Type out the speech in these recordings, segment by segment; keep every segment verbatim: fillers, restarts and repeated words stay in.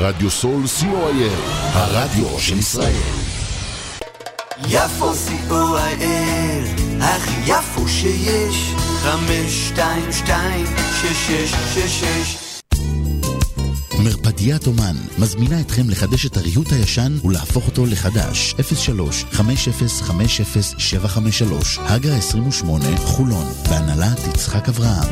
רדיו סול סי או איי אל, הרדיו של ישראל. יפו סי או איי אל, הכי יפו שיש, חמש שתיים שתיים שש שש שש שש. מרפדיית אומן מזמינה אתכם לחדש את הריהוט הישן ולהפוך אותו לחדש. אפס שלוש חמש אפס חמש אפס שבע חמש שלוש, הגה עשרים ושמונה, חולון, בהנהלת יצחק אברהם.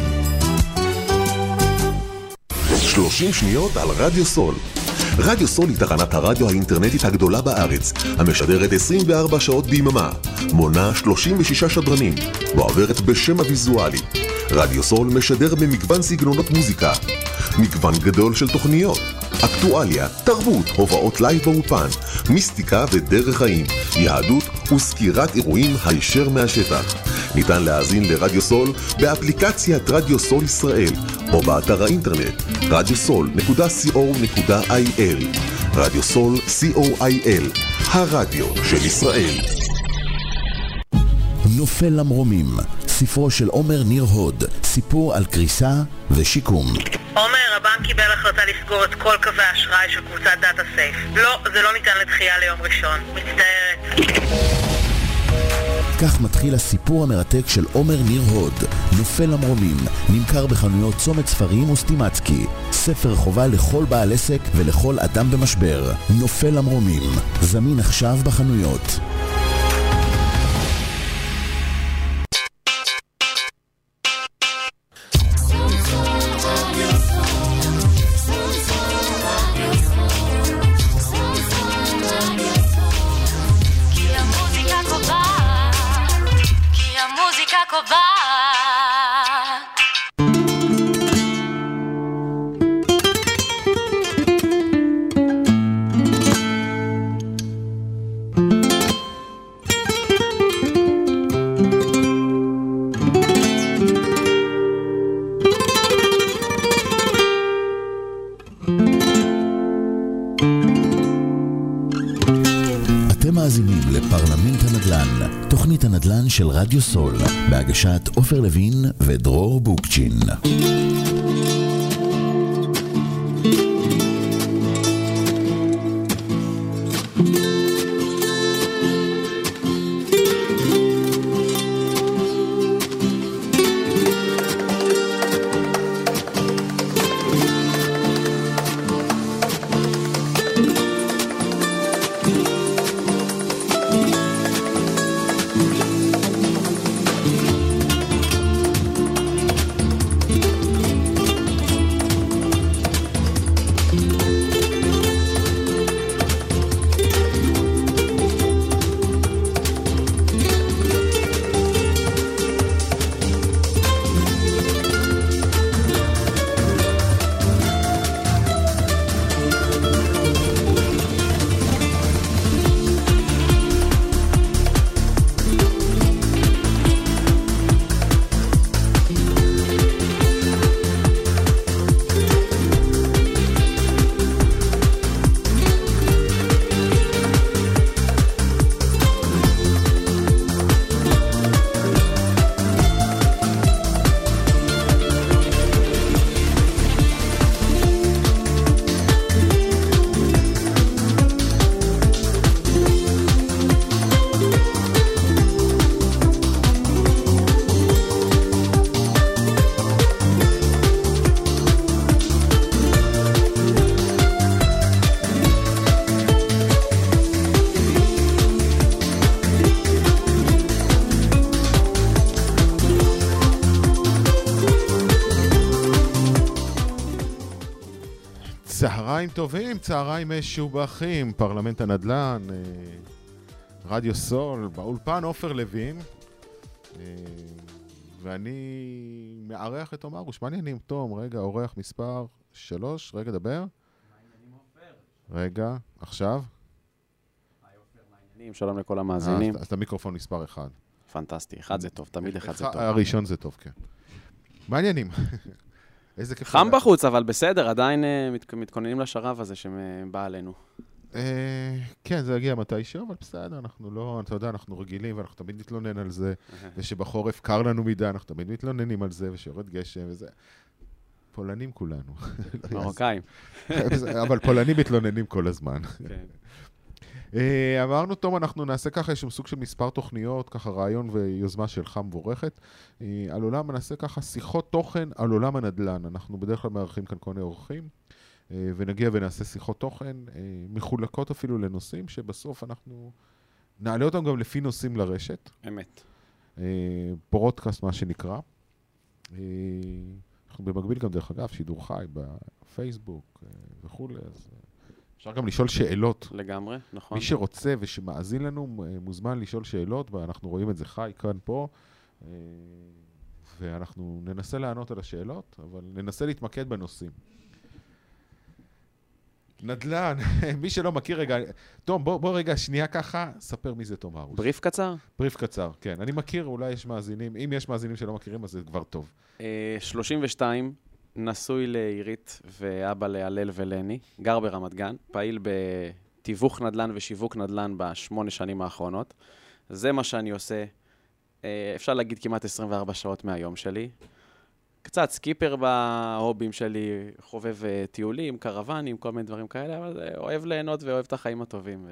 שלושים שניות על רדיו סול. רדיו סול היא תחנת הרדיו האינטרנטית הגדולה בארץ, המשדרת עשרים וארבע שעות ביממה, מונה שלושים ושישה שדרנים, ועוברת בשם הוויזואלי. רדיו סול משדר במגוון סגנונות מוזיקה, מגוון גדול של תוכניות, אקטואליה, תרבות, הובאות לייב באופן, מיסטיקה ודרך חיים, יהדות וסקירת אירועים הישר מהשטח. ניתן להאזין לרדיו סול באפליקציית רדיו סול ישראל או באתר האינטרנט רדיו סול נקודה סי או נקודה איי אל. רדיו סול סי או איי אל, הרדיו של ישראל. נופל למרומים, ספרו של עומר ניר הוד, סיפור על קריסה ושיקום. עומר, הבנק קיבל החלטה לסגור את כל קווי האשראי של קבוצת דאטה סייף. לא, זה לא ניתן לדחייה ליום ראשון. מצטערת. כך מתחיל הסיפור המרתק של עומר ניר הוד, נופל למרומים, נמכר בחנויות צומת ספרים וסטימצקי. ספר חובה לכל בעל עסק ולכל אדם במשבר. נופל למרומים, זמין עכשיו בחנויות. תוכנית הנדל"ן של רדיו סול, בהגשת עופר לוין ודרור בוקצ'ין. צהריים טובים, צהריים משובחים, פרלמנט הנדל"ן, רדיו סול, באולפן עופר לוין, ואני מארח את עומר, ושמה עניינים תום, רגע, אורח מספר שלוש, רגע, דבר. מה עניינים עופר? רגע, עכשיו. היי עופר, מה עניינים? שלום לכל המאזינים. אז את המיקרופון מספר אחד. פנטסטי, אחד זה טוב, תמיד אחד זה טוב. הראשון זה טוב, כן. מה עניינים? חם בחוץ, אבל בסדר, עדיין מתכוננים לשרב הזה שבא עלינו. כן, זה יגיע מתישהו, אבל בסדר, אנחנו לא, אתה יודע, אנחנו רגילים, ואנחנו תמיד מתלונן על זה, ושבחורף קר לנו מדי, אנחנו תמיד מתלוננים על זה, ושיורד גשם וזה. פולנים כולנו. מרוקאים. אבל פולנים מתלוננים כל הזמן. אמרנו, תום, אנחנו נעשה ככה, יש שם סוג של מספר תוכניות, ככה רעיון ויוזמה שלך מבורכת. על עולם נעשה ככה שיחות תוכן על עולם הנדל"ן. אנחנו בדרך כלל מארחים כאן כל מיני אורחים, ונגיע ונעשה שיחות תוכן, מחולקות אפילו לנושאים, שבסוף אנחנו נעלה אותם גם לפי נושאים לרשת. אמת. פורודקאסט, מה שנקרא. אנחנו במקביל גם, דרך אגב, שידור חי בפייסבוק וכו', אז אפשר גם לשאול שאלות. לגמרי, נכון. מי שרוצה ושמאזין לנו מוזמן לשאול שאלות, ואנחנו רואים את זה חי כאן פה, ואנחנו ננסה לענות על השאלות, אבל ננסה להתמקד בנושאים. נדל"ן, מי שלא מכיר רגע, תום, בוא, בוא רגע שנייה ככה, ספר מי זה תום הרוש. בריף קצר? בריף קצר, כן. אני מכיר, אולי יש מאזינים, אם יש מאזינים שלא מכירים, אז זה כבר טוב. שלושים ושתיים, נשוי לעירית ואבא להלל ולני, גר ברמת גן, פעיל בתיווך נדל"ן ושיווק נדל"ן בשמונה שנים האחרונות. זה מה שאני עושה, אפשר להגיד כמעט עשרים וארבע שעות מהיום שלי. קצת סקיפר בהובים שלי, חובב טיולים, קרוונים, כל מיני דברים כאלה, אבל אוהב ליהנות ואוהב את החיים הטובים.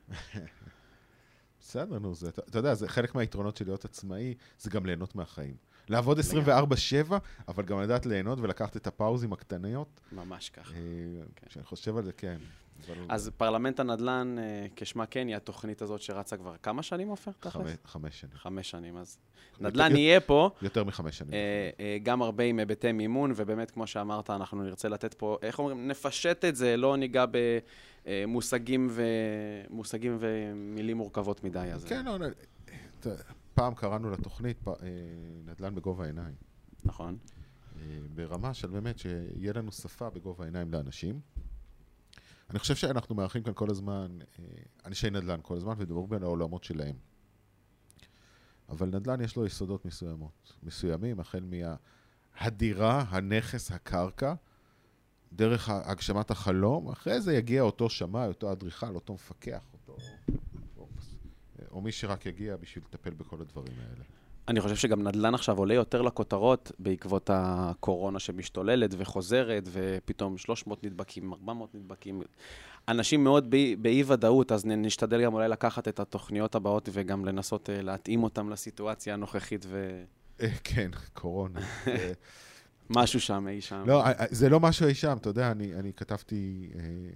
בסדר, נו, זה, אתה יודע, זה חלק מהיתרונות של להיות עצמאי, זה גם ליהנות מהחיים. לעבוד עשרים וארבע שבע, אבל גם לדעת ליהנות ולקחת את הפאוזים הקטניות. ממש ככה. כשאני חושב על זה, כן. אז פרלמנט הנדל"ן, כשמה כן, היא התוכנית הזאת שרצה כבר כמה שנים, עופר? חמש שנים. חמש שנים, אז נדל"ן יהיה פה. יותר מחמש שנים. גם הרבה עם היבטי מימון, ובאמת, כמו שאמרת, אנחנו נרצה לתת פה, איך אומרים, נפשט את זה, לא ניגע במושגים ומושגים ומילים מורכבות מדי. כן, לא, פעם קראנו לתוכנית נדל"ן בגובה העיניים. נכון. ברמה של באמת שיהיה לנו שפה בגובה העיניים לאנשים. אני חושב שאנחנו מארחים כאן כל הזמן, אנשי נדל"ן כל הזמן, ודברו בין העולמות שלהם. אבל נדל"ן יש לו יסודות מסוימות, מסוימים, החל מהדירה, הנכס, הקרקע, דרך הגשמת החלום, אחרי זה יגיע אותו שמאי, אותו אדריכל, אותו מפקח, אותו... או מי שרק יגיע בשביל לטפל בכל הדברים האלה. אני חושב שגם נדל"ן עכשיו עולה יותר לכותרות בעקבות הקורונה שמשתוללת וחוזרת, ופתאום שלוש מאות נדבקים, ארבע מאות נדבקים. אנשים מאוד באי-ודאות, אז נשתדל גם אולי לקחת את התוכניות הבאות וגם לנסות להתאים אותם לסיטואציה הנוכחית ו... כן, קורונה. משהו שם, אי שם. לא, זה לא משהו אי שם, אתה יודע, אני כתבתי...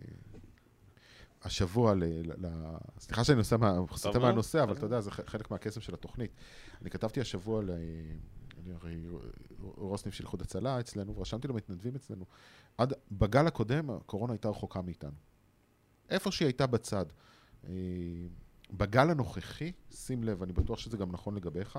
השבוע, סליחה שאני סוטה מהנושא, אבל אתה יודע, זה חלק מהקסם של התוכנית. אני כתבתי השבוע לראש סניף של איחוד הצלה אצלנו, ורשמתי לו מתנדבים אצלנו. עד בגל הקודם, הקורונה הייתה רחוקה מאיתנו. איפה שהיא הייתה בצד. בגל הנוכחי, שים לב, אני בטוח שזה גם נכון לגביך,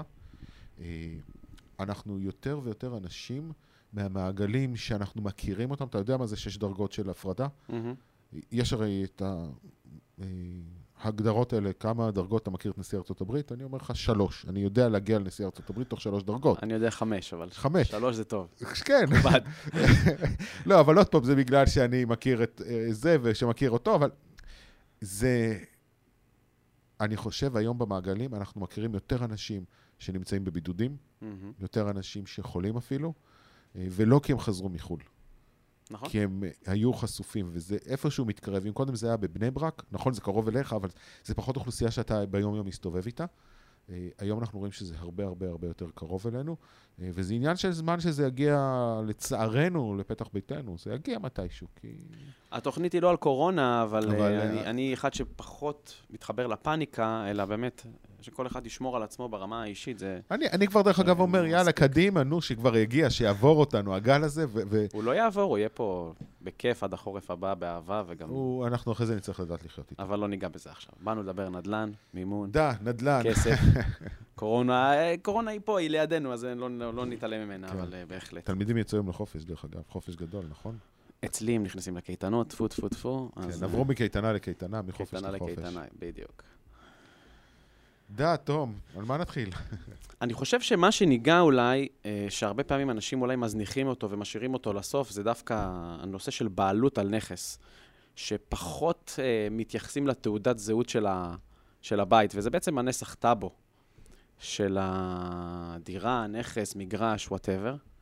אנחנו יותר ויותר אנשים מהמעגלים שאנחנו מכירים אותם. אתה יודע מה זה שש דרגות של הפרדה? יש הרי את ההגדרות האלה, כמה דרגות אתה מכיר את נשיא ארצות הברית? אני אומר לך שלוש. אני יודע להגיע לנשיא ארצות הברית תוך שלוש דרגות. אני יודע חמש, אבל חמש. שלוש זה טוב. כן. לא, אבל עוד פעם, זה בגלל שאני מכיר את זה ושמכיר אותו, אבל זה... אני חושב, היום במעגלים אנחנו מכירים יותר אנשים שנמצאים בבידודים, יותר אנשים שחולים אפילו, ולא כי הם חזרו מחול. נכון. כי הם היו חשופים, וזה איפשהו מתקרב. אם קודם זה היה בבני ברק, נכון, זה קרוב אליך, אבל זה פחות אוכלוסייה שאתה ביום יום מסתובב איתה. היום אנחנו רואים שזה הרבה הרבה הרבה יותר קרוב אלינו, וזה עניין של זמן שזה יגיע לצערנו, לפתח ביתנו. זה יגיע מתישהו, כי... התוכנית היא לא על קורונה, אבל, אבל אני, אני אחד שפחות מתחבר לפאניקה, אלא באמת... שכל אחד ישמור על עצמו ברמה האישית, זה... אני, אני כבר דרך אגב אומר, יאללה, קדימה, נו, שכבר יגיע, שיעבור אותנו, הגל הזה, ו... ו... הוא לא יעבור, הוא יהיה פה בכיף עד החורף הבא, באהבה, וגם... הוא, אנחנו אחרי זה נצטרך לדעת לחיות איתו. אבל לא ניגע בזה עכשיו. באנו לדבר נדל"ן, מימון, דה, נדל"ן. כסף. קורונה, קורונה היא פה, היא לידינו, אז לא, לא, לא נתעלם ממנה, כן. אבל בהחלט. תלמידים יצאו היום לחופש, דרך אגב, חופש גדול, נכון? אצלי הם נכנסים לקייטנות, טפו, טפו, טפו. כן, עברו מקייטנה לקייטנה, מחופש לחופש. קייטנה לקייטנה, בדיוק. דה, תום, על מה נתחיל? אני חושב שמה שניגע אולי, שהרבה פעמים אנשים אולי מזניחים אותו ומשאירים אותו לסוף, זה דווקא הנושא של בעלות על נכס, שפחות מתייחסים לתעודת זהות של, ה, של הבית, וזה בעצם הנסח טאבו של הדירה, נכס, מגרש, whatever.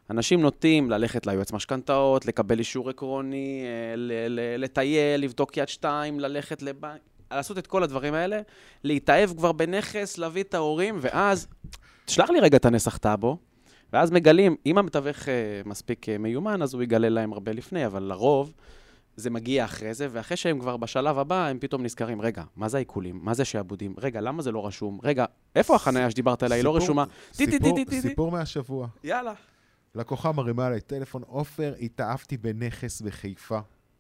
אנשים נוטים ללכת ליועץ משכנתאות, לקבל אישור עקרוני, לטייל, לבדוק יד שתיים, ללכת לבנק, לעשות את כל הדברים האלה, להתאהב כבר בנכס, להביא את ההורים, ואז, תשלח לי רגע את הנסח טאבו, ואז מגלים, אם המתווך מספיק מיומן, אז הוא יגלה להם הרבה לפני, אבל לרוב זה מגיע אחרי זה, ואחרי שהם כבר בשלב הבא, הם פתאום נזכרים, רגע, מה זה העיקולים? מה זה שעבודים? רגע, למה זה לא רשום? רגע, איפה החניה שדיברת עליי? היא לא רשומה. סיפור מהשבוע. יאללה. לקוחה מרימה עליי טלפון, עופר, התאהבתי בנכס בחיפה.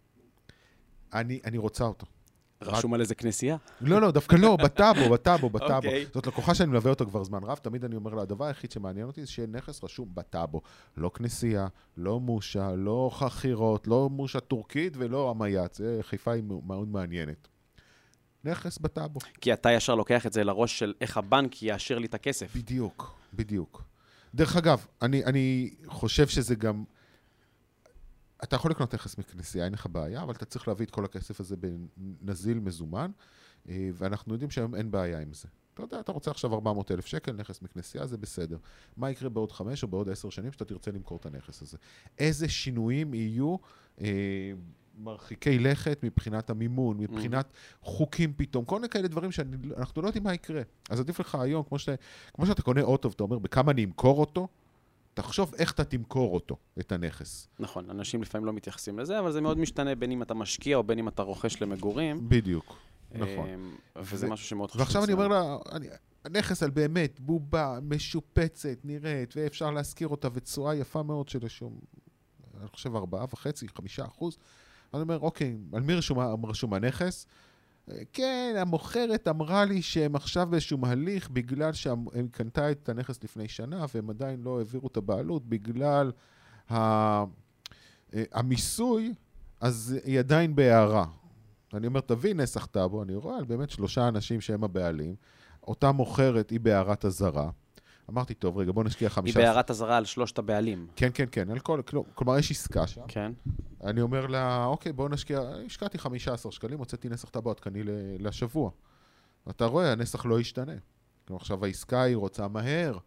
אני, אני רוצה אותו. רשום על איזה כנסייה? לא, לא, דווקא לא, בטאבו, בטאבו, בטאבו. זאת לקוחה שאני מלווה אותו כבר זמן רב, תמיד אני אומר לה, הדבר היחיד שמעניין אותי זה שיהיה נכס רשום בטאבו. לא כנסייה, לא מושה, לא חכירות, לא מושה טורקית ולא המייץ. חיפה היא מאוד מעניינת. נכס בטאבו. כי אתה ישר לוקח את זה לראש של איך הבנק יאשר לי את הכסף. בדיוק, בדיוק. דרך אגב, אני, אני חושב שזה גם... אתה יכול לקנות נכס מכנסייה, אין לך בעיה, אבל אתה צריך להביא את כל הכסף הזה בנזיל מזומן, ואנחנו יודעים שהיום אין בעיה עם זה. אתה יודע, אתה רוצה עכשיו ארבע מאות אלף שקל, נכס מכנסייה, זה בסדר. מה יקרה בעוד חמש או בעוד עשר שנים שאתה תרצה למכור את הנכס הזה? איזה שינויים יהיו אה, מרחיקי לכת מבחינת המימון, מבחינת חוקים פתאום, כל מיני כאלה דברים שאנחנו לא יודעים מה יקרה. אז עדיף לך היום, כמו, שאתה, כמו שאתה קונה אוטו, ואתה אומר, בכמה אני אמכור אותו, תחשוב איך אתה תמכור אותו, את הנכס. נכון, אנשים לפעמים לא מתייחסים לזה, אבל זה מאוד משתנה בין אם אתה משקיע או בין אם אתה רוכש למגורים. בדיוק, נכון. וזה משהו שמאוד חשוב. ועכשיו אני אומר לה, הנכס על באמת בובה, משופצת, נראית, ואפשר להזכיר אותה, וצועה יפה מאוד של שום, אני חושב ארבעה וחצי, חמישה אחוז. אני אומר, אוקיי, על מי רשום הנכס? כן, המוכרת אמרה לי שהם עכשיו באיזשהו מהליך בגלל שהם קנתה את הנכס לפני שנה והם עדיין לא העבירו את הבעלות בגלל המיסוי, אז היא עדיין בהערה. אני אומר, תביא נסח טאבו, אני רואה על באמת שלושה אנשים שהם הבעלים, אותה מוכרת היא בהערת הזרה. אמרתי, טוב, רגע, בוא נשקיע חמישה. היא בהערת הזרה על שלושת הבעלים. כן, כן, כן, על כל, כלומר, יש עסקה שם. כן. אני אומר לה, אוקיי, בואו נשקיע, השקעתי חמישה עשר שקלים, הוצאתי נסח טאבו עדכני לשבוע. אתה רואה, הנסח לא ישתנה. כלומר, עכשיו העסקה היא רוצה מהר.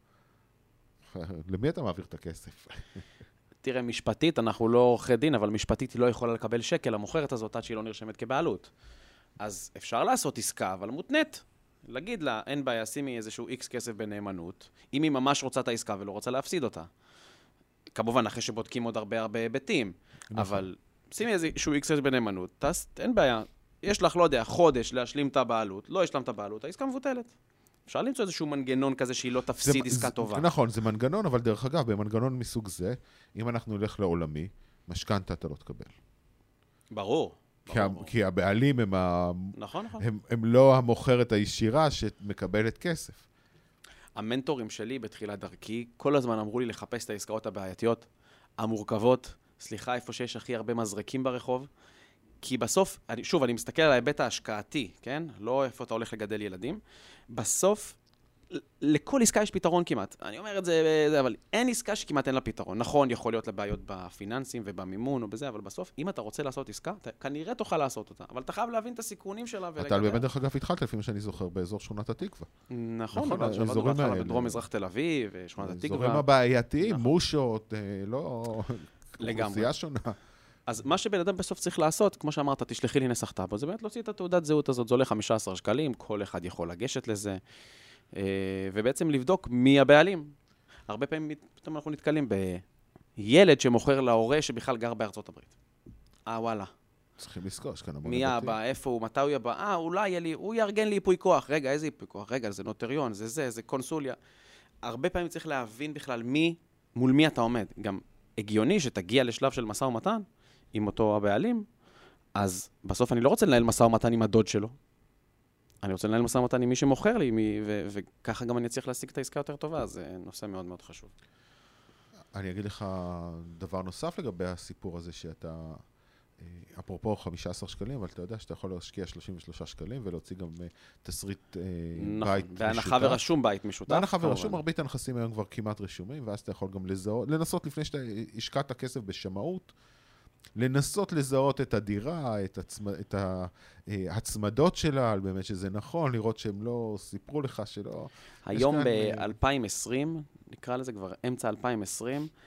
למי אתה מעביר את הכסף? תראה, משפטית, אנחנו לא עורכי דין, אבל משפטית היא לא יכולה לקבל שקל, המוכרת הזאת עד שהיא לא נרשמת כבעלות. אז אפשר לעשות עסקה, אבל מותנית. להגיד לה, אין בעיה, שימי איזשהו איקס כסף בנאמנות, אם היא ממש רוצה את העסקה ולא רוצה להפסיד אותה. כמובן, אחרי שבודקים עוד הרבה הרבה היבטים, אבל שימי איזשהו איקס כסף בנאמנות, אין בעיה, יש לך, לא יודע, חודש להשלים את הבעלות, לא השלם את הבעלות, העסקה מבוטלת. אפשר למצוא איזשהו מנגנון כזה שהיא לא תפסיד עסקה טובה. נכון, זה מנגנון, אבל דרך אגב, במנגנון מסוג זה, אם אנחנו נלך לעולמי, משכנתה אתה לא תקבל. ברור. כי, כי הבעלים הם, ה... נכון, נכון. הם, הם לא המוכרת הישירה שמקבלת כסף. המנטורים שלי בתחילת דרכי, כל הזמן אמרו לי לחפש את העסקאות הבעייתיות, המורכבות, סליחה, איפה שיש הכי הרבה מזרקים ברחוב, כי בסוף, אני, שוב, אני מסתכל על ההיבט ההשקעתי, כן? לא איפה אתה הולך לגדל ילדים. בסוף, לכל עסקה יש פתרון כמעט. אני אומר את זה, אבל אין עסקה שכמעט אין לה פתרון. נכון, יכול להיות לבעיות בפיננסים ובמימון או בזה, אבל בסוף, אם אתה רוצה לעשות עסקה, אתה כנראה תוכל לעשות אותה. אבל אתה חייב להבין את הסיכונים שלה. אתה באמת דרך אגב התחלת, לפי מה שאני זוכר, באזור שכונת התקווה. נכון, אבל שעבדנו בהתחלה בדרום מזרח תל אביב, שכונת התקווה. אזורים הבעייתיים, מושות, לא... לגמרי. שונה. אז מה שבן אדם בסוף צריך לעשות, כמו שאמרת, תשלחי לי נסח טאבו, זה באמת להוציא את התעודת זהות הזאת, זה עולה חמישה עשר שקלים, כל אחד יכול לגשת לזה. ובעצם לבדוק מי הבעלים. הרבה פעמים פתאום אנחנו נתקלים בילד שמוכר להורה שבכלל גר בארצות הברית. אה, וואלה. צריכים לזכור, יש כאן המון מי הבא, איפה הוא, מתי הוא יבא? אה, אולי יהיה לי, הוא יארגן לי ייפוי כוח. רגע, איזה ייפוי כוח? רגע, זה נוטריון, זה זה, זה קונסוליה. הרבה פעמים צריך להבין בכלל מי, מול מי אתה עומד. גם הגיוני שתגיע לשלב של משא ומתן עם אותו הבעלים, אז בסוף אני לא רוצה לנהל משא ומתן עם הדוד שלו. אני רוצה לנהל משא ומתן עם מי שמוכר לי, ו- וככה גם אני אצליח להשיג את העסקה יותר טובה, זה נושא מאוד מאוד חשוב. אני אגיד לך דבר נוסף לגבי הסיפור הזה, שאתה, אפרופו חמישה עשר שקלים, אבל אתה יודע שאתה יכול להשקיע שלושים ושלושה שקלים, ולהוציא גם תסריט נכון, בית משותף. בהנחה ורשום בית משותף. בהנחה ורשום, מרבית הנכסים היום כבר כמעט רשומים, ואז אתה יכול גם לזהות, לנסות לפני שאתה השקעת כסף בשמאות, לנסות לזהות את הדירה, את, הצמ... את ההצמדות שלה, באמת שזה נכון, לראות שהם לא סיפרו לך שלא... היום ב-אלפיים עשרים, נקרא לזה כבר אמצע אלפיים עשרים,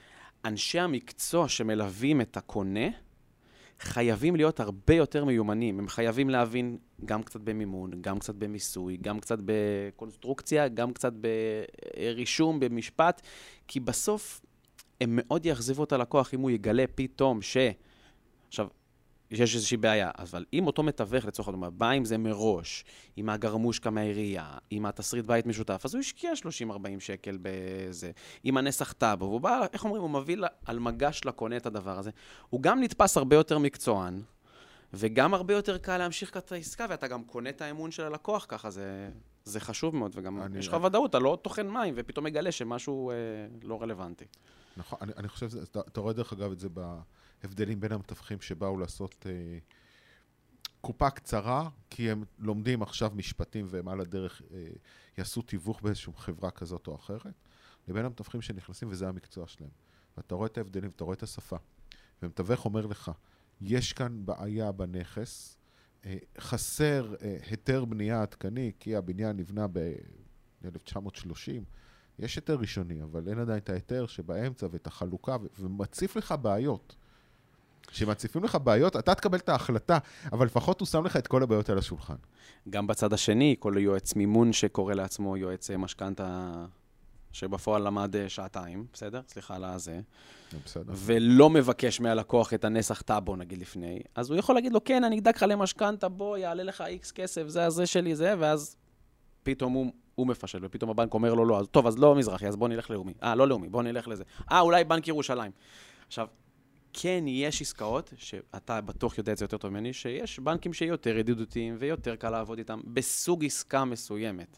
אנשי המקצוע שמלווים את הקונה, חייבים להיות הרבה יותר מיומנים. הם חייבים להבין גם קצת במימון, גם קצת במיסוי, גם קצת בקונסטרוקציה, גם קצת ברישום, במשפט, כי בסוף הם מאוד יחזיבו את הלקוח אם הוא יגלה פתאום ש... עכשיו, יש איזושהי בעיה, אבל אם אותו מתווך לצורך הדומה, בא עם זה מראש, עם הגרמושקה מהעירייה, עם התסריט בית משותף, אז הוא השקיע שלושים ארבעים שקל בזה, עם הנסח טאבו, והוא בא, איך אומרים, הוא מביא על מגש לקונה את הדבר הזה. הוא גם נתפס הרבה יותר מקצוען, וגם הרבה יותר קל להמשיך את העסקה, ואתה גם קונה את האמון של הלקוח, ככה זה, זה חשוב מאוד, וגם אני... יש לך ודאות, אתה לא תוכן מים, ופתאום מגלה שמשהו אה, לא רלוונטי. נכון, אני, אני חושב, אתה, אתה רואה דרך אגב את זה בהבדלים בין המתווכים שבאו לעשות אה, קופה קצרה, כי הם לומדים עכשיו משפטים והם על הדרך אה, יעשו תיווך באיזושהי חברה כזאת או אחרת, לבין המתווכים שנכנסים וזה המקצוע שלהם. ואתה רואה את ההבדלים, אתה רואה את השפה, ומתווך אומר לך, יש כאן בעיה בנכס, אה, חסר אה, היתר בנייה עדכני, כי הבניין נבנה ב-אלף תשע מאות שלושים, יש היתר ראשוני, אבל אין עדיין את ההיתר שבאמצע ואת החלוקה, ומציף לך בעיות. כשמציפים לך בעיות, אתה תקבל את ההחלטה, אבל לפחות הוא שם לך את כל הבעיות על השולחן. גם בצד השני, כל יועץ מימון שקורא לעצמו יועץ משכנתא, שבפועל למד שעתיים, בסדר? סליחה על הזה. בסדר. ולא מבקש מהלקוח את הנסח טאבו, נגיד לפני, אז הוא יכול להגיד לו, כן, אני אדאג לך למשכנתא, בוא, יעלה לך איקס כסף, זה הזה שלי, זה, ואז פתאום הוא... הוא מפשל, ופתאום הבנק אומר לו, לא, אז, טוב, אז לא מזרחי, אז בוא נלך לאומי. אה, לא לאומי, בוא נלך לזה. אה, אולי בנק ירושלים. עכשיו, כן, יש עסקאות, שאתה בטוח יודע את זה יותר טוב ממני, שיש בנקים שיותר ידידותיים ויותר קל לעבוד איתם, בסוג עסקה מסוימת.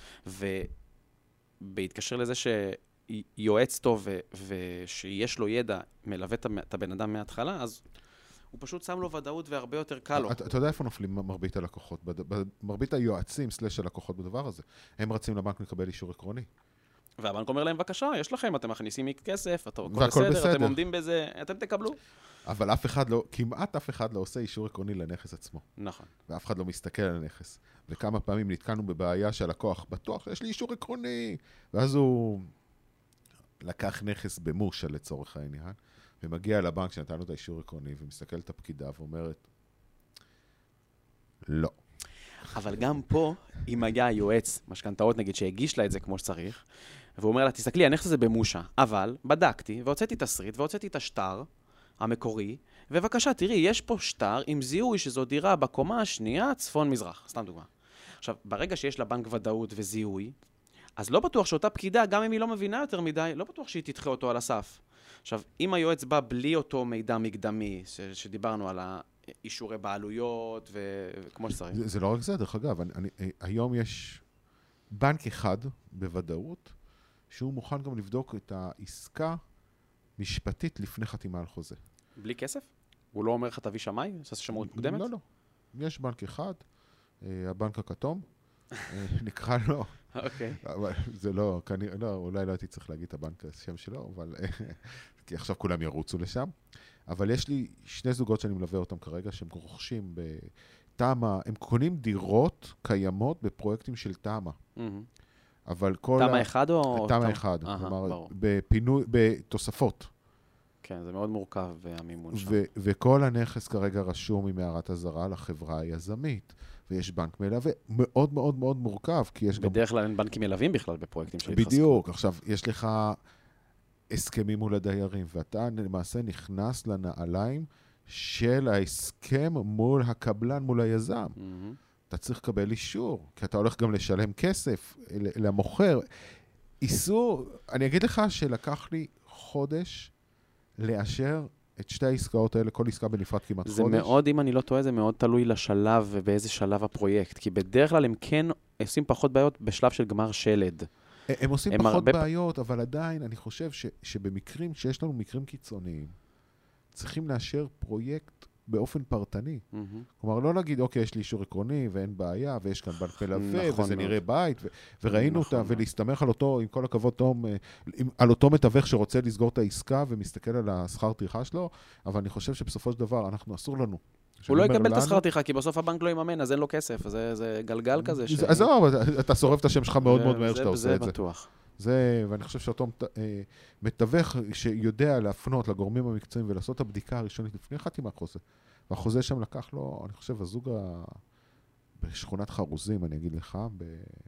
ובהתקשר לזה שיועץ טוב ושיש לו ידע, מלווה את הבן אדם מההתחלה, אז... הוא פשוט שם לו ודאות והרבה יותר קל לו. אתה יודע איפה נופלים מרבית הלקוחות? מרבית היועצים סלש הלקוחות בדבר הזה. הם רצים לבנק לקבל אישור עקרוני. והבנק אומר להם, בבקשה, יש לכם, אתם מכניסים כסף, הכל בסדר, אתם עומדים בזה, אתם תקבלו. אבל אף אחד לא, כמעט אף אחד לא עושה אישור עקרוני לנכס עצמו. נכון. ואף אחד לא מסתכל על הנכס. וכמה פעמים נתקענו בבעיה שהלקוח בטוח, יש לי אישור עקרוני. ואז הוא לקח נכס במושה לצורך העניין. ומגיע לבנק שנתן לו את האישור עקרוני, ומסתכל את הפקידה ואומרת, לא. אבל גם פה, אם היה יועץ משכנתאות, נגיד, שהגיש לה את זה כמו שצריך, והוא אומר לה, תסתכלי, הנכס הזה במושה, אבל בדקתי, והוצאתי תסריט, והוצאתי את השטר המקורי, ובבקשה, תראי, יש פה שטר עם זיהוי שזו דירה בקומה השנייה, צפון-מזרח. סתם דוגמה. עכשיו, ברגע שיש לבנק ודאות וזיהוי, אז לא בטוח שאותה פקידה, גם אם היא לא מבינה יותר מדי, לא בטוח שהיא תדחה אותו על הסף. עכשיו, אם היועץ בא בלי אותו מידע מקדמי, ש- שדיברנו על האישורי בעלויות ו- וכמו שצריך. זה, זה לא רק זה, דרך אגב, אני, אני, היום יש בנק אחד בוודאות, שהוא מוכן גם לבדוק את העסקה משפטית לפני חתימה על חוזה. בלי כסף? הוא לא אומר לך תביא שמאי? עושה שמאות מוקדמת? לא, לא. יש בנק אחד, הבנק הכתום, נקרא לו. אוקיי. אבל זה לא, כנראה, לא, אולי לא הייתי צריך להגיד את הבנק השם שלו, אבל כי עכשיו כולם ירוצו לשם. אבל יש לי שני זוגות שאני מלווה אותם כרגע, שהם רוכשים בתאמה, הם קונים דירות קיימות בפרויקטים של תאמה. אבל כל... תאמה אחד או... תאמה אחד. כלומר, בפינוי, בתוספות. כן, זה מאוד מורכב המימון שם. וכל הנכס כרגע רשום עם הערת הזרה לחברה היזמית. ויש בנק מלווה, מאוד מאוד מאוד מורכב, כי יש גם... בדרך כלל אין בנקים מלווים בכלל בפרויקטים שהתחזקו. בדיוק, עכשיו, יש לך הסכמים מול הדיירים, ואתה למעשה נכנס לנעליים של ההסכם מול הקבלן, מול היזם. Mm-hmm. אתה צריך לקבל אישור, כי אתה הולך גם לשלם כסף למוכר. איסור, אני אגיד לך שלקח לי חודש לאשר את שתי העסקאות האלה, כל עסקה בנפרד כמעט זה חודש. זה מאוד, אם אני לא טועה, זה מאוד תלוי לשלב ובאיזה שלב הפרויקט. כי בדרך כלל הם כן עושים פחות בעיות בשלב של גמר שלד. הם עושים הם פחות הרבה... בעיות, אבל עדיין אני חושב ש, שבמקרים, שיש לנו מקרים קיצוניים, צריכים לאשר פרויקט באופן פרטני. Mm-hmm. כלומר, לא להגיד, אוקיי, יש לי אישור עקרוני ואין בעיה, ויש כאן בנק מלווה, נכון וזה מאוד. נראה בית, ו- וראינו נכון אותה, מאוד. ולהסתמך על אותו, עם כל הכבוד, תום, על אותו מתווך שרוצה לסגור את העסקה ומסתכל על השכר טרחה שלו, אבל אני חושב שבסופו של דבר, אנחנו אסור לנו. הוא לא יקבל את השכר טרחה, כי בסוף הבנק לא יממן, אז אין לו כסף, זה, זה גלגל כזה. ש... אז זהו, אתה שורף את השם שלך מאוד מאוד מהר שאתה עושה את זה. זה בטוח. זה, ואני חושב שאותו מתווך שיודע להפנות לגורמים המקצועיים ולעשות את הבדיקה הראשונית לפני חתימה חוזה, והחוזה שם לקח לו, אני חושב, הזוג ה... בשכונת חרוזים, אני אגיד לך, ב...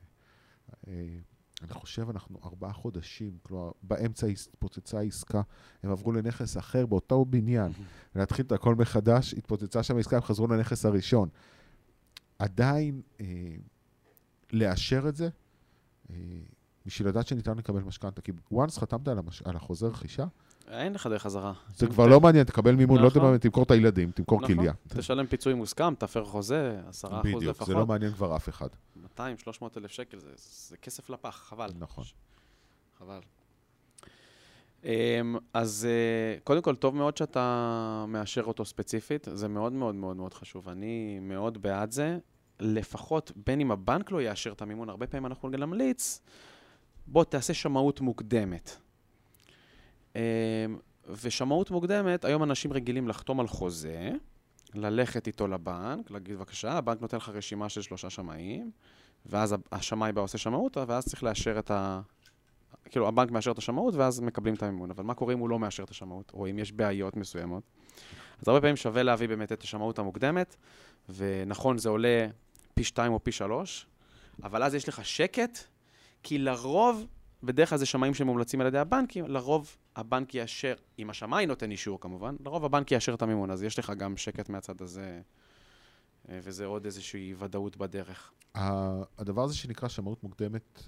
אני חושב, אנחנו ארבעה חודשים, כלומר, באמצע התפוצצה העסקה, הם עברו לנכס אחר באותו בניין, להתחיל את הכל מחדש, התפוצצה שם העסקה, הם חזרו לנכס הראשון. עדיין, אה, לאשר את זה, אה, בשביל לדעת שניתן לקבל משכנתא, כי once חתמת על, המש... על החוזר רכישה, אין לך דרך חזרה. זה כבר לא מעניין, תקבל מימון, לא תממן, תמכור את הילדים, תמכור כליה. תשלם פיצוי מוסכם, תפר חוזה, עשרה אחוז לפחות. בדיוק, זה לא מעניין כבר אף אחד. מאתיים שלוש מאות אלף שקל, זה כסף לפח, חבל. נכון. חבל. אז קודם כל, טוב מאוד שאתה מאשר אותו ספציפית, זה מאוד מאוד מאוד מאוד חשוב. אני מאוד בעד זה, לפחות בין אם הבנק לא יאשר את המימון, הרבה פעמים אנחנו גם נמליץ, בוא תעשה שמאות מוקדמת. ושמאות מוקדמת, היום אנשים רגילים לחתום על חוזה, ללכת איתו לבנק, להגיד בבקשה, הבנק נותן לך רשימה של שלושה שמאים, ואז השמאי בא עושה שמאות, ואז צריך לאשר את ה... כאילו, הבנק מאשר את השמאות, ואז מקבלים את המימון. אבל מה קורה אם הוא לא מאשר את השמאות, או אם יש בעיות מסוימות? אז הרבה פעמים שווה להביא באמת את השמאות המוקדמת, ונכון, זה עולה פי שתיים או פי שלוש, אבל אז יש לך שקט, כי לרוב, בדרך כלל זה שמאים שמומלצים על ידי הבנקים, לרוב הבנק יאשר, אם השמאי נותן אישור כמובן, לרוב הבנק יאשר את המימון, אז יש לך גם שקט מהצד הזה, וזה עוד איזושהי ודאות בדרך. הדבר הזה שנקרא שמאות מוקדמת,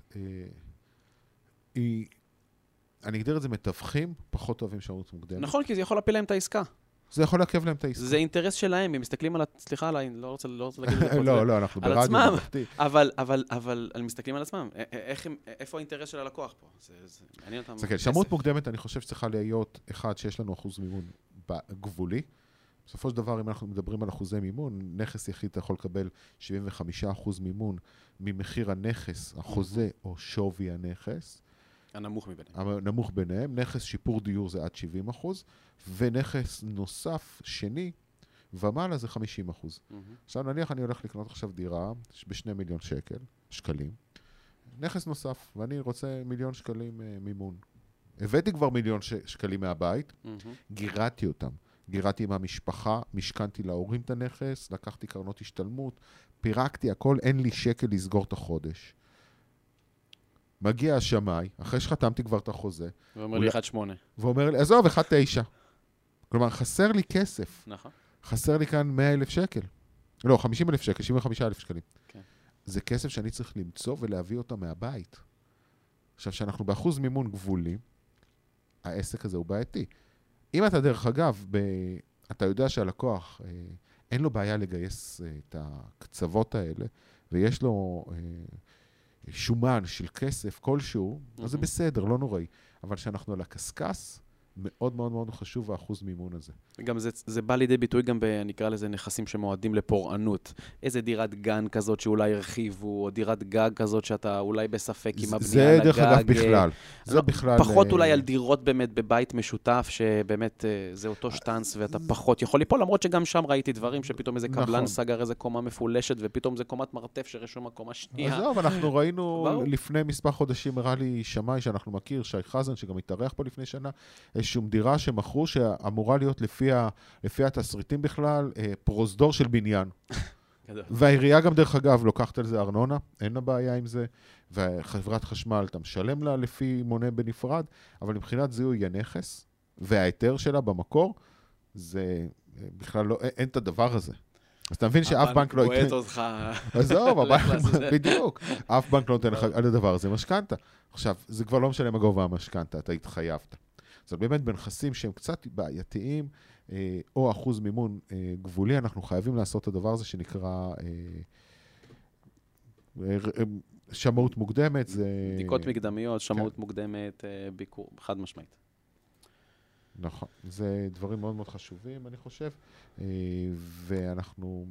היא, אני אגדיר את זה מתווכים, פחות אוהבים שמאות מוקדמת. נכון, כי זה יכול להפיל להם את העסקה. זה יכול לעכב להם את העסקה. זה אינטרס שלהם, הם מסתכלים על, סליחה עליי, לא רוצה, לא רוצה להגיד את זה. לא, לא, אנחנו ברדיו ממלכתי. אבל, אבל, אבל, הם מסתכלים על עצמם. איך הם, איפה האינטרס של הלקוח פה? זה, זה מעניין אותם. זה כן, שמאות מוקדמת, אני חושב שצריכה להיות אחד שיש לנו אחוז מימון גבולי. בסופו של דבר, אם אנחנו מדברים על אחוזי מימון, נכס יחיד אתה יכול לקבל שבעים וחמישה אחוז מימון ממחיר הנכס, החוזה או שווי הנכס. הנמוך מביניהם. הנמוך ביניהם. נכס שיפור דיור זה עד שבעים אחוז, ונכס נוסף שני ומעלה זה חמישים אחוז. Mm-hmm. עכשיו נניח אני הולך לקנות עכשיו דירה בשני מיליון שקל, שקלים, נכס נוסף, ואני רוצה מיליון שקלים אה, מימון. הבאתי כבר מיליון ש- שקלים מהבית, mm-hmm. גירתי אותם. גירתי עם המשפחה, משכנתי להורים את הנכס, לקחתי קרנות השתלמות, פירקתי הכל, אין לי שקל לסגור את החודש. מגיע השמאי, אחרי שחתמתי כבר את החוזה. ואומר לי אחד שמונה. ואומר לי, עזוב, אחד תשע. כלומר, חסר לי כסף. נכון. חסר לי כאן מאה אלף שקל. לא, חמישים אלף שקל, שבעים וחמישה אלף שקלים. כן. זה כסף שאני צריך למצוא ולהביא אותה מהבית. עכשיו, שאנחנו באחוז מימון גבולי, העסק הזה הוא בעייתי. אם אתה דרך אגב, ב... אתה יודע שהלקוח, אה, אין לו בעיה לגייס אה, את הקצוות האלה, ויש לו... אה, שומן של כסף כלשהו, mm-hmm. אז זה בסדר, לא נוראי. אבל שאנחנו על הקסקס, מאוד מאוד מאוד חשוב האחוז מימון הזה. גם זה, זה בא לידי ביטוי גם, נקרא לזה, נכסים שמועדים לפורענות. איזה דירת גן כזאת שאולי הרחיבו, או דירת גג כזאת שאתה אולי בספק עם הבנייה לגג. זה דרך אגב בכלל. זה בכלל... פחות אולי על דירות באמת בבית משותף, שבאמת זה אותו שטנץ, ואתה פחות יכול ליפול, למרות שגם שם ראיתי דברים שפתאום איזה קבלן סגר איזה קומה מפולשת, ופתאום זה קומת מרתף שרשום הקומה שנייה. אז לא, אבל אנחנו ראינו לפני מספר חודשים, הראה לי שמאי שאנחנו מכיר, שי חזן, שגם התארח פה לפני שנה, שום דירה שמכרו שאמורה להיות לפי, ה, לפי התסריטים בכלל, פרוזדור של בניין. והעירייה גם דרך אגב לוקחת על זה ארנונה, אין לה בעיה עם זה, וחברת חשמל אתה משלם לה לפי מונה בנפרד, אבל מבחינת זיהוי הנכס, וההיתר שלה במקור, זה בכלל לא, אין את הדבר הזה. אז אתה מבין שאף בנק לא ייתן... הבנק בועט אותך... עזוב, בדיוק. אף בנק לא נותן לך על הדבר הזה משכנתא. עכשיו, זה כבר לא משלם הגובה המשכנתא, אתה התחייבת. זאת באמת בנכסים שהם קצת בעייתיים, או אחוז מימון גבולי, אנחנו חייבים לעשות את הדבר הזה שנקרא שמאות מוקדמת. בדיקות מקדמיות, שמאות מוקדמת, ביקור, חד משמעית. נכון, זה דברים מאוד מאוד חשובים, אני חושב, ואנחנו...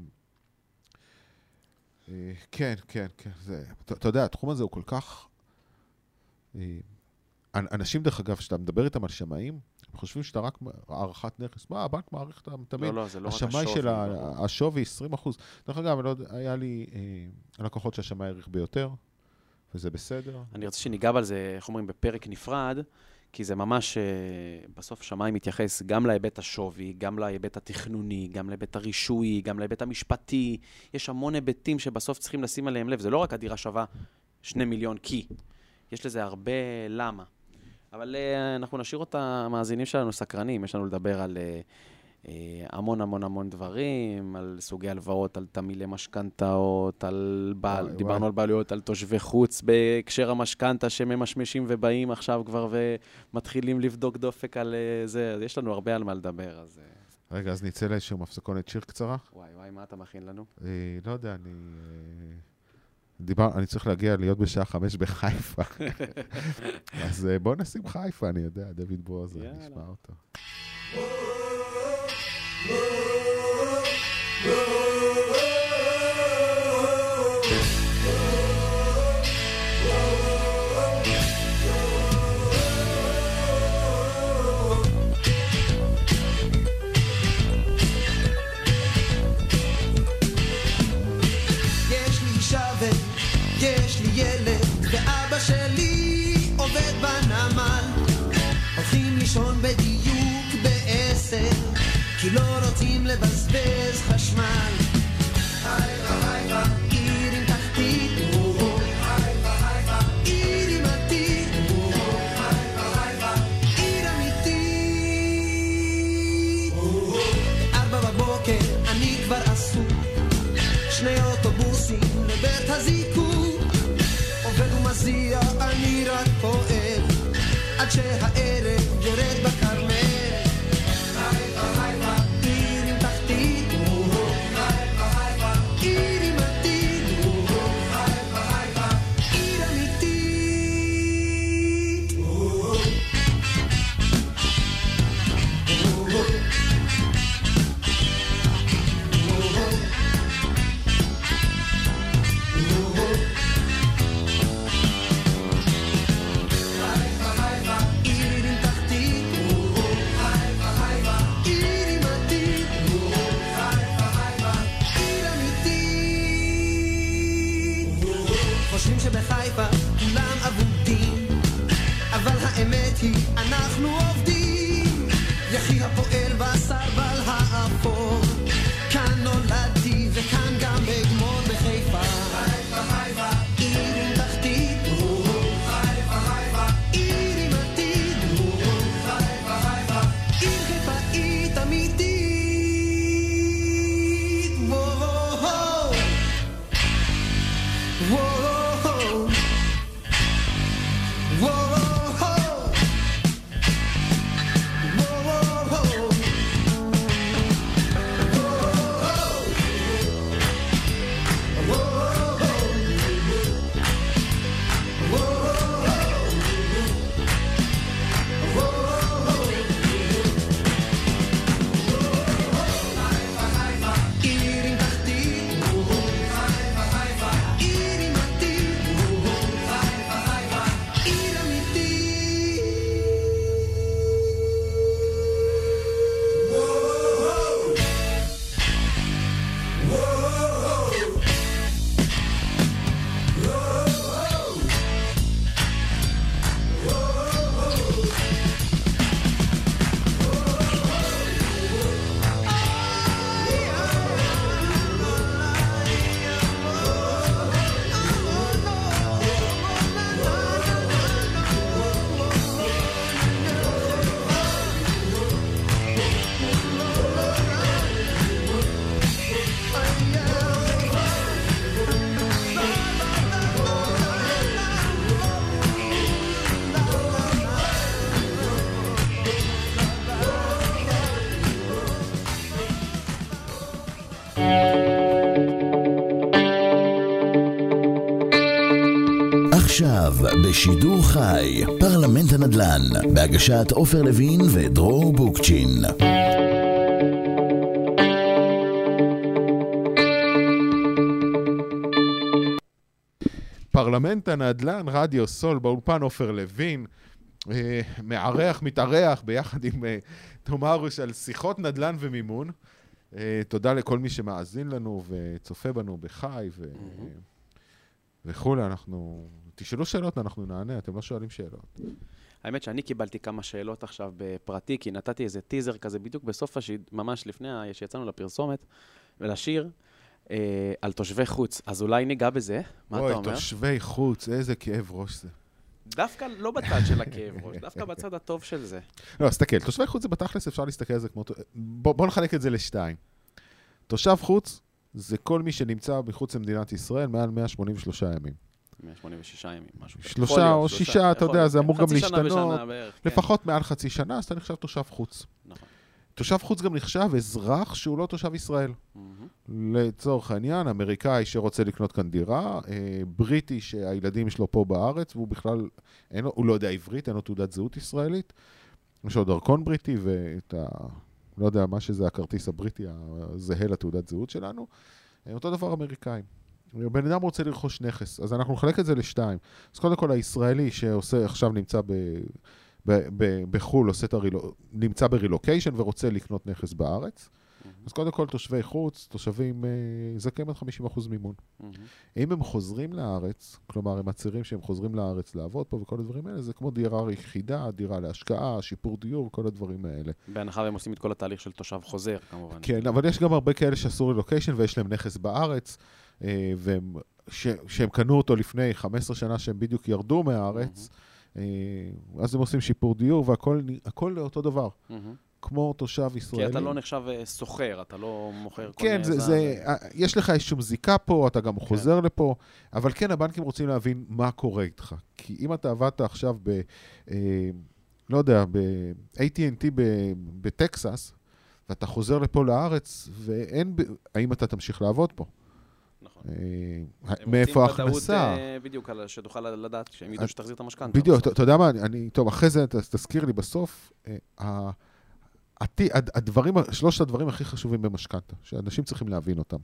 כן, כן, כן, אתה יודע, התחום הזה הוא כל כך... אנשים דרך אגב, שאתה מדבר איתם על שמאים, הם חושבים שאתה רק הערכת נכס. מה, הבנק מעריך את תמיד? לא, לא, זה לא רק השמאי של השווי עשרים אחוז. דרך אגב, היה לי לקוחות שהשמאי העריך ביותר, וזה בסדר. אני רוצה שניגע על זה, איך אומרים, בפרק נפרד, כי זה ממש, בסוף שמיים מתייחס גם להיבט השווי, גם להיבט התכנוני, גם להיבט הרישוי, גם להיבט המשפטי. יש המון היבטים שבסוף צריכים לשים עליהם לב. זה לא רק הדירה שווה שני מיליון כי. יש לזה הרבה למה. אבל אנחנו נשאיר אותה, המאזינים שלנו סקרנים. יש לנו לדבר על המון המון המון דברים, על סוגי הלוואות, על תמילי משכנתאות, על בעל, וואי, דיברנו וואי. על בעלויות, על תושבי חוץ, בהקשר המשכנתה שממשמשים ובאים עכשיו כבר ומתחילים לבדוק דופק על זה, אז יש לנו הרבה על מה לדבר. אז... רגע, אז נצא לאיזשהו מפסקונת שיר קצרה? וואי וואי, מה אתה מכין לנו? אה, לא יודע, אני... אה, דיבר, אני צריך להגיע להיות בשעה חמש בחיפה. אז אה, בוא נשים חיפה, אני יודע, דוד בועז, נשמע אותו. יש לי אישה ויש לי ילד ואבא שלי עובד בנמל, הולכים לישון בדיוק בעשר כי לא רוצים לבזבז חשמל. חיפה חיפה עיר עם תחתית, חיפה חיפה עיר עם עתיד, חיפה חיפה עיר אמיתית. בארבע בבוקר אני כבר עסוק, שני אוטובוסים לבית הזיקוק, עובד ומזיע אני רק פועל עד שהערב יורד בקרמל. שבחיפה כולם עבודים, אבל האמת היא אנחנו עובדים. יחי הפועל בסרבל האפור, כאן נולדתי וכאן גם אגמור בחיפה. חיפה חיפה עיר עם תחתית, חיפה חיפה עיר עם עתיד, חיפה חיפה עיר חיפאית אמיתית. וואו וואו עכשיו בשידור חי, פרלמנט הנדל"ן, בהגשת עופר לוין ודרור בוקצ'ין. פרלמנט הנדל"ן, רדיו סול, באולפן עופר לוין, אה, מערך, מתארח ביחד עם אה, תומרוש על שיחות נדל"ן ומימון. אה, תודה לכל מי שמאזין לנו וצופה בנו בחי ו... mm-hmm. וכולי, אנחנו... תשאלו שאלות, אנחנו נענה, אתם לא שואלים שאלות. האמת שאני קיבלתי כמה שאלות עכשיו בפרטי, כי נתתי איזה טיזר כזה בדיוק בסוף השיד, ממש לפני שיצאנו לפרסומת ולשיר, אה, על תושבי חוץ. אז אולי ניגע בזה, מה אתה אומר? אוי, תושבי חוץ, איזה כאב ראש זה. דווקא לא בצד של הכאב ראש, דווקא בצד הטוב של זה. לא, תסתכל, תושבי חוץ זה בתכלס, אפשר להסתכל על זה כמו... בוא, בוא נחלק את זה לשתיים. תושב חוץ זה כל מי שנמצא מחוץ למדינת ישראל מעל מאה שמונים ושלושה ימים. מאה שמונים ושישה ימים, משהו כזה. שלושה או שישה, אתה יודע, זה אמור גם להשתנות. חצי שנה בשנה בערך, כן. לפחות מעל חצי שנה, אז אתה נחשב תושב חוץ. נכון. תושב חוץ גם נחשב אזרח שהוא לא תושב ישראל. לצורך העניין, אמריקאי שרוצה לקנות כאן דירה, בריטי שהילדים שלו פה בארץ, והוא בכלל, אין לו, הוא לא יודע עברית, אין לו תעודת זהות ישראלית. יש לו דרכון בריטי ואת ה... לא יודע מה שזה הכרטיס הבריטי הזהה לתעודת זהות שלנו. אותו דבר אמריקאים. בן אדם רוצה לרכוש נכס, אז אנחנו נחלק את זה לשתיים. אז קודם כל הישראלי שעושה, עכשיו נמצא ב... בחול, עושה את הרילו... נמצא ברילוקיישן ורוצה לקנות נכס בארץ. אז קודם כל תושבי חוץ, תושבים זכאים עד חמישים אחוז מימון. אם הם חוזרים לארץ, כלומר הם מצהירים שהם חוזרים לארץ לעבוד פה וכל הדברים האלה, זה כמו דירה יחידה, דירה להשקעה, שיפור דיור, כל הדברים האלה. בהנחה הם עושים את כל התהליך של תושב חוזר, כמובן. כן, אבל יש גם הרבה כאלה שעשו רילוקיישן ויש להם נכס בארץ, והם, ש... שהם קנו אותו לפני חמש עשרה שנה שהם בדיוק ירדו מהארץ, אז הם עושים שיפור דיור והכל הכל אותו דבר. כמו תושב ישראלי. כי אתה לא נחשב סוחר, אתה לא מוכר כל כן, זה, זה, יש לך איזשהו זיקה פה, אתה גם חוזר כן. לפה, אבל כן, הבנקים רוצים להבין מה קורה איתך. כי אם אתה עבדת עכשיו ב... אה, לא יודע, ב-איי טי אנד טי בטקסס, ואתה חוזר לפה לארץ, ואין... האם אתה תמשיך לעבוד פה? נכון. מאיפה ההכנסה? בדיוק, שתוכל לדעת שהם ידעו שתחזיר את המשכנתא. בדיוק, אתה יודע מה, אני... טוב, אחרי זה תזכיר לי בסוף, ה... הדברים, שלושת הדברים הכי חשובים במשכנתא, שאנשים צריכים להבין אותם.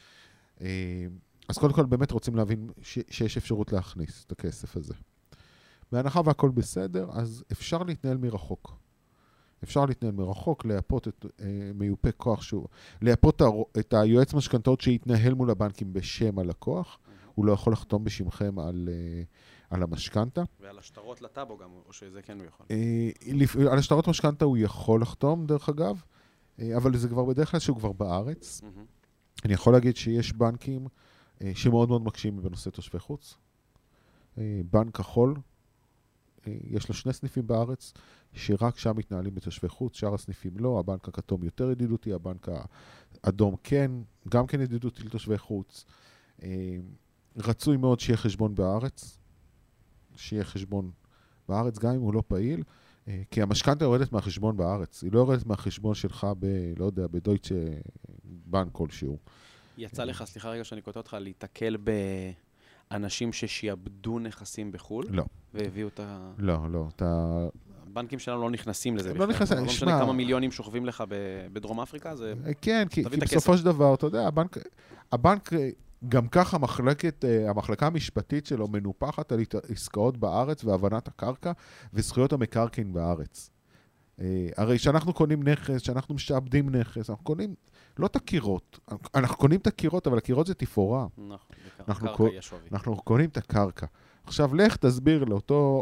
אז קודם כל באמת רוצים להבין ש, שיש אפשרות להכניס את הכסף הזה. בהנחה והכל בסדר, אז אפשר להתנהל מרחוק. אפשר להתנהל מרחוק, לייפות את מיופה כוח שהוא, לייפות את היועץ משכנתאות שיתנהל מול הבנקים בשם הלקוח, הוא לא יכול לחתום בשמכם על... על המשכנתא. ועל השטרות לטאבו גם, או שזה כן הוא יכול. על השטרות משכנתא הוא יכול לחתום, דרך אגב, אבל זה כבר בדרך כלל שהוא כבר בארץ. אני יכול להגיד שיש בנקים שמאוד מאוד מקשים בנושא תושבי חוץ. בנק כחול, יש לו שני סניפים בארץ, שרק שם מתנהלים בתושבי חוץ, שאר הסניפים לא, הבנק הכתום יותר ידידותי, הבנק האדום כן, גם כן ידידותי לתושבי חוץ. רצוי מאוד שיהיה חשבון בארץ, שיהיה חשבון בארץ, גם אם הוא לא פעיל, כי המשכנתא יורדת מהחשבון בארץ, היא לא יורדת מהחשבון שלך ב, לא יודע, בדויטשה בנק כלשהו. יצא לך, סליחה רגע שאני קוטע אותך, להתקל באנשים ששיעבדו נכסים בחו"ל? לא. והביאו את ה... לא, לא, אתה... הבנקים שלנו לא נכנסים לזה. לא נכנסים, לא משנה כמה מיליונים שוכבים לך בדרום אפריקה, זה... כן, כי בסופו של דבר, אתה יודע, הבנק... גם ככה המחלקת, המחלקה המשפטית שלו מנופחת על עסקאות בארץ והבנת הקרקע וזכויות המקרקעין בארץ. הרי שאנחנו קונים נכס, שאנחנו משעבדים נכס, אנחנו קונים לא את הקירות, אנחנו קונים את הקירות, אבל הקירות זה תפאורה. נכון, קרקע יש שווי. אנחנו קונים את הקרקע. עכשיו, לך תסביר לאותו,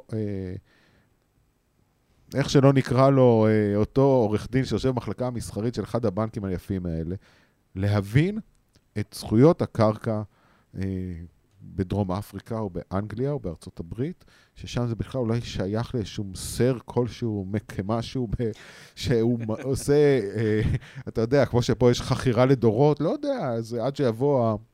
איך שלא נקרא לו, אותו עורך דין שיושב במחלקה המסחרית של אחד הבנקים היפים האלה, להבין את זכויות הקרקע אה, בדרום אפריקה או באנגליה או בארצות הברית, ששם זה בכלל אולי שייך לאיזשהו סר כלשהו, כמשהו ב, שהוא עושה, אה, אתה יודע, כמו שפה יש חכירה לדורות, לא יודע, זה עד שיבוא ה,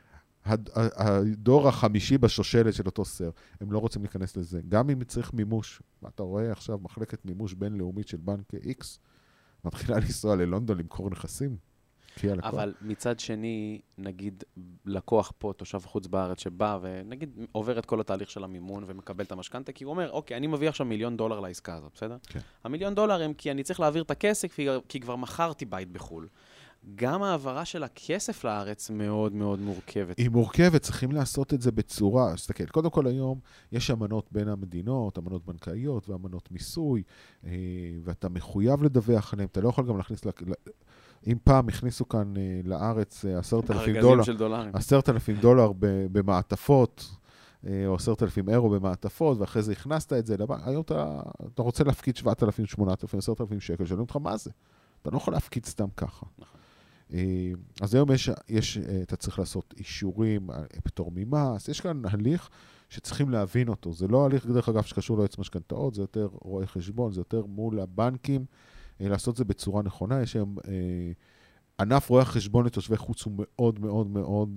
הדור החמישי בשושלת של אותו סר. הם לא רוצים להיכנס לזה. גם אם צריך מימוש, אתה רואה עכשיו מחלקת מימוש בינלאומית של בנק X, מתחילה לנסוע ללונדון למכור נכסים. אבל מצד שני, נגיד לקוח פה, תושב חוץ בארץ שבא ונגיד עובר את כל התהליך של המימון ומקבל את המשכנתא, כי הוא אומר, אוקיי, אני מביא עכשיו מיליון דולר לעסקה הזאת, בסדר? כן. המיליון דולר הם כי אני צריך להעביר את הכסף, כי כבר מכרתי בית בחול. גם העברה של הכסף לארץ מאוד מאוד מורכבת. היא מורכבת, צריכים לעשות את זה בצורה, שתקל, קודם כל היום יש אמנות בין המדינות, אמנות בנקאיות ואמנות מיסוי, ואתה מחויב לדווח עליהם, אתה לא יכול גם להכניס... אם פעם הכניסו כאן לארץ עשרת אלפים דולר, עשרת אלפים דולר במעטפות, או עשרת אלפים אירו במעטפות, ואחרי זה הכנסת את זה לבנק, היום אתה, אתה רוצה להפקיד שבעת אלפים, שמונת אלפים, עשרת אלפים שקל, שואלים אותך מה זה? אתה לא יכול להפקיד סתם ככה. נכון. אז היום יש, יש, אתה צריך לעשות אישורים, פטור ממס, יש כאן הליך שצריכים להבין אותו. זה לא הליך, דרך אגב, שקשור ליועץ משכנתאות, זה יותר רואי חשבון, זה יותר מול הבנקים, לעשות זה בצורה נכונה. יש היום, ענף רואי החשבון לתושבי חוץ הוא מאוד מאוד מאוד